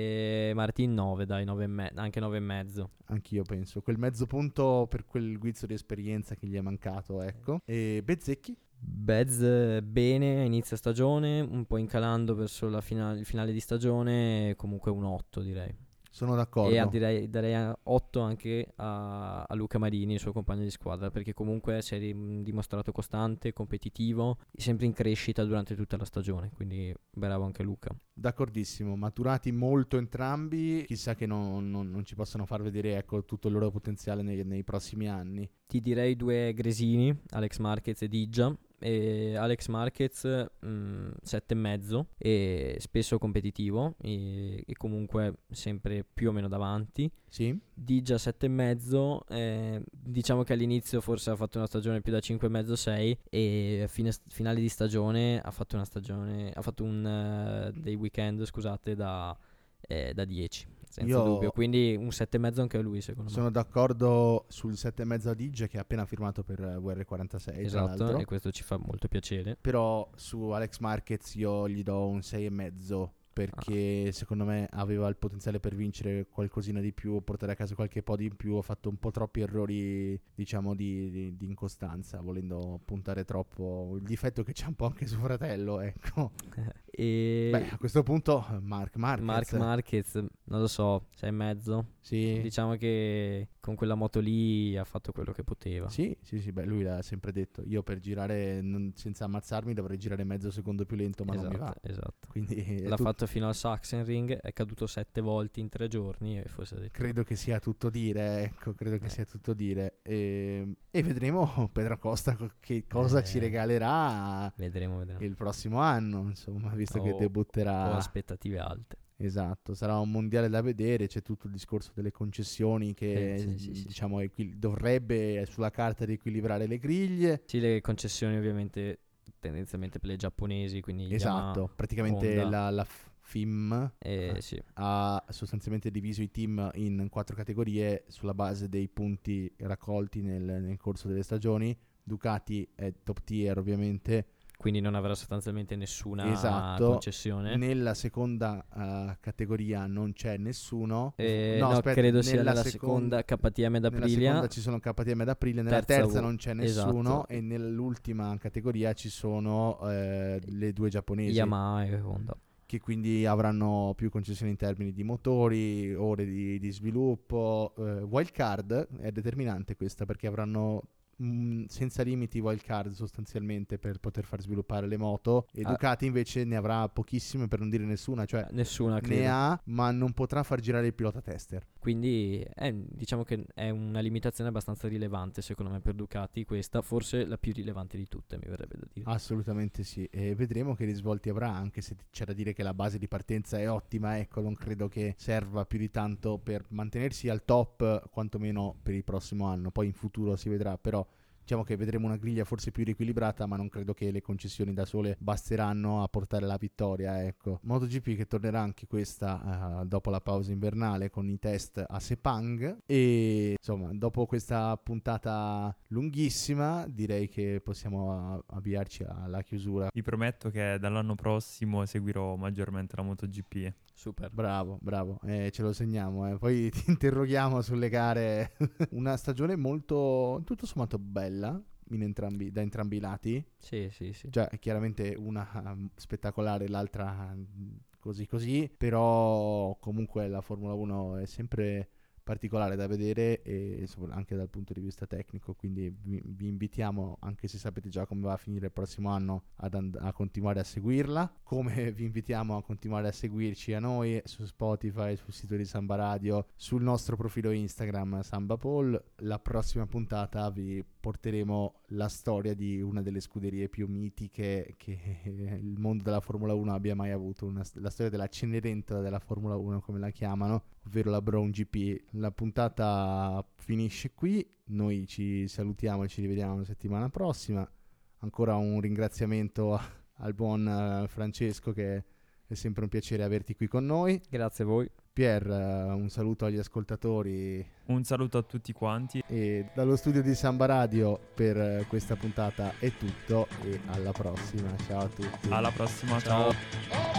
[SPEAKER 2] E Martin nove, dai, nove e me- anche nove e mezzo.
[SPEAKER 1] anch'io penso. Quel mezzo punto per quel guizzo di esperienza che gli è mancato, ecco. E Bezzecchi?
[SPEAKER 2] Bez eh, bene a inizio stagione, un po' incalando verso la finale, il finale di stagione, comunque un otto direi.
[SPEAKER 1] Sono d'accordo.
[SPEAKER 2] E a- direi, darei a otto anche a, a Luca Marini, il suo compagno di squadra, perché comunque si è ri- dimostrato costante, competitivo, sempre in crescita durante tutta la stagione, quindi bravo anche Luca.
[SPEAKER 1] D'accordissimo, maturati molto entrambi, chissà che non, non- non ci possano far vedere, ecco, tutto il loro potenziale nei, nei prossimi anni.
[SPEAKER 2] Ti direi due gresini, Alex Marquez e Diggia. E Alex Marquez mh, sette e mezzo e spesso competitivo e, e comunque sempre più o meno davanti.
[SPEAKER 1] Sì?
[SPEAKER 2] Diggia sette e mezzo, eh, diciamo che all'inizio forse ha fatto una stagione più da cinque e mezzo sei e a fine finale di stagione ha fatto una stagione ha fatto un uh, dei weekend, scusate, da eh, da dieci senza
[SPEAKER 1] Io
[SPEAKER 2] dubbio, quindi un sette e mezzo anche a lui secondo me.
[SPEAKER 1] sono d'accordo sul sette e mezzo a Dige che ha appena firmato per V R quarantasei, tra
[SPEAKER 2] Esatto,
[SPEAKER 1] l'altro.
[SPEAKER 2] e questo ci fa molto piacere.
[SPEAKER 1] Però su Alex Marquez io gli do un sei e mezzo perché
[SPEAKER 2] Ah.
[SPEAKER 1] secondo me aveva il potenziale per vincere qualcosina di più, portare a casa qualche podio in più. Ha fatto un po' troppi errori, diciamo, di, di, di incostanza, volendo puntare troppo il difetto che c'è un po' anche suo fratello, ecco.
[SPEAKER 2] E
[SPEAKER 1] Beh, a questo punto Marc Marquez.
[SPEAKER 2] Marc Marquez, non lo so, sei e mezzo.
[SPEAKER 1] Sì.
[SPEAKER 2] Diciamo che con quella moto lì ha fatto quello che poteva.
[SPEAKER 1] Sì, sì, sì, beh, lui l'ha sempre detto. Io per girare non- senza ammazzarmi dovrei girare mezzo secondo più lento, ma
[SPEAKER 2] esatto,
[SPEAKER 1] non mi va.
[SPEAKER 2] esatto.
[SPEAKER 1] Quindi è
[SPEAKER 2] L'ha
[SPEAKER 1] tut-
[SPEAKER 2] fatto fino al Sachsenring, è caduto sette volte in tre giorni e forse ha detto
[SPEAKER 1] credo che sia tutto dire, ecco, credo che
[SPEAKER 2] Eh.
[SPEAKER 1] sia tutto dire. E, e vedremo Pedro Acosta co- che cosa
[SPEAKER 2] Eh.
[SPEAKER 1] ci regalerà
[SPEAKER 2] vedremo, vedremo.
[SPEAKER 1] il prossimo anno, insomma, visto che
[SPEAKER 2] Ho-
[SPEAKER 1] debutterà.
[SPEAKER 2] Ho aspettative alte.
[SPEAKER 1] Esatto, sarà un mondiale da vedere, c'è tutto il discorso delle concessioni che
[SPEAKER 2] Eh, sì, sì, sì,
[SPEAKER 1] diciamo equi- dovrebbe sulla carta riequilibrare le griglie.
[SPEAKER 2] Sì, le concessioni ovviamente tendenzialmente per le giapponesi, quindi
[SPEAKER 1] Esatto,
[SPEAKER 2] Yamaha,
[SPEAKER 1] praticamente
[SPEAKER 2] Honda,
[SPEAKER 1] la, la F- F I M
[SPEAKER 2] eh, sì.
[SPEAKER 1] ha sostanzialmente diviso i team in quattro categorie sulla base dei punti raccolti nel, nel corso delle stagioni. Ducati è top tier ovviamente.
[SPEAKER 2] Quindi non avrà sostanzialmente nessuna
[SPEAKER 1] Esatto.
[SPEAKER 2] concessione.
[SPEAKER 1] Nella seconda uh, categoria non c'è nessuno.
[SPEAKER 2] Eh,
[SPEAKER 1] no,
[SPEAKER 2] no,
[SPEAKER 1] aspetta,
[SPEAKER 2] credo sia
[SPEAKER 1] nella
[SPEAKER 2] nella seconda K T M ad
[SPEAKER 1] Nella
[SPEAKER 2] Aprilia.
[SPEAKER 1] seconda ci sono K T M ad Aprilia, nella
[SPEAKER 2] Terza
[SPEAKER 1] terza
[SPEAKER 2] U-
[SPEAKER 1] non c'è nessuno
[SPEAKER 2] esatto.
[SPEAKER 1] e nell'ultima categoria ci sono eh, le due giapponesi
[SPEAKER 2] Yamaha e Honda.
[SPEAKER 1] che quindi avranno più concessioni in termini di motori, ore di, di sviluppo. Eh, wildcard è determinante questa perché avranno mh, senza limiti wildcard sostanzialmente per poter far sviluppare le moto e
[SPEAKER 2] Ah.
[SPEAKER 1] Ducati invece ne avrà pochissime, per non dire nessuna, cioè
[SPEAKER 2] Nessuna credo.
[SPEAKER 1] ne ha ma non potrà far girare il pilota tester.
[SPEAKER 2] Quindi è, diciamo che è una limitazione abbastanza rilevante secondo me per Ducati, questa forse la più rilevante di tutte, mi verrebbe da dire.
[SPEAKER 1] Assolutamente sì, e vedremo che risvolti avrà, anche se c'è da dire che la base di partenza è ottima, ecco, non credo che serva più di tanto per mantenersi al top, quantomeno per il prossimo anno, poi in futuro si vedrà, però diciamo che vedremo una griglia forse più riequilibrata, ma non credo che le concessioni da sole basteranno a portare la vittoria, ecco. MotoGP che tornerà anche questa uh, dopo la pausa invernale con i test a Sepang e insomma dopo questa puntata lunghissima direi che possiamo uh, avviarci alla chiusura.
[SPEAKER 3] Vi prometto che dall'anno prossimo seguirò maggiormente la MotoGP.
[SPEAKER 2] Super.
[SPEAKER 1] Bravo, bravo, eh, ce lo segniamo, eh. Poi ti interroghiamo sulle gare. Una stagione molto, tutto sommato bella in entrambi, da entrambi i lati.
[SPEAKER 2] Sì, sì, sì.
[SPEAKER 1] Cioè, chiaramente una um, spettacolare, l'altra um, così così, però comunque la Formula uno è sempre particolare da vedere e anche dal punto di vista tecnico, quindi vi, vi invitiamo, anche se sapete già come va a finire il prossimo anno, ad and- a continuare a seguirla, come vi invitiamo a continuare a seguirci a noi su Spotify, sul sito di Samba Radio, sul nostro profilo Instagram Samba Paul. La prossima puntata vi porteremo la storia di una delle scuderie più mitiche che il mondo della Formula uno abbia mai avuto, una, la storia della Cenerentola della Formula uno, come la chiamano, ovvero la Brown G P. La puntata finisce qui, noi ci salutiamo e ci rivediamo la settimana prossima. Ancora un ringraziamento al buon uh, Francesco, che è sempre un piacere averti qui con noi.
[SPEAKER 2] Grazie a voi.
[SPEAKER 1] Pier, uh, un saluto agli ascoltatori.
[SPEAKER 3] Un saluto a tutti quanti.
[SPEAKER 1] E dallo studio di Samba Radio per uh, questa puntata è tutto, e alla prossima. Ciao a tutti.
[SPEAKER 3] Alla prossima, ciao.
[SPEAKER 2] Ciao.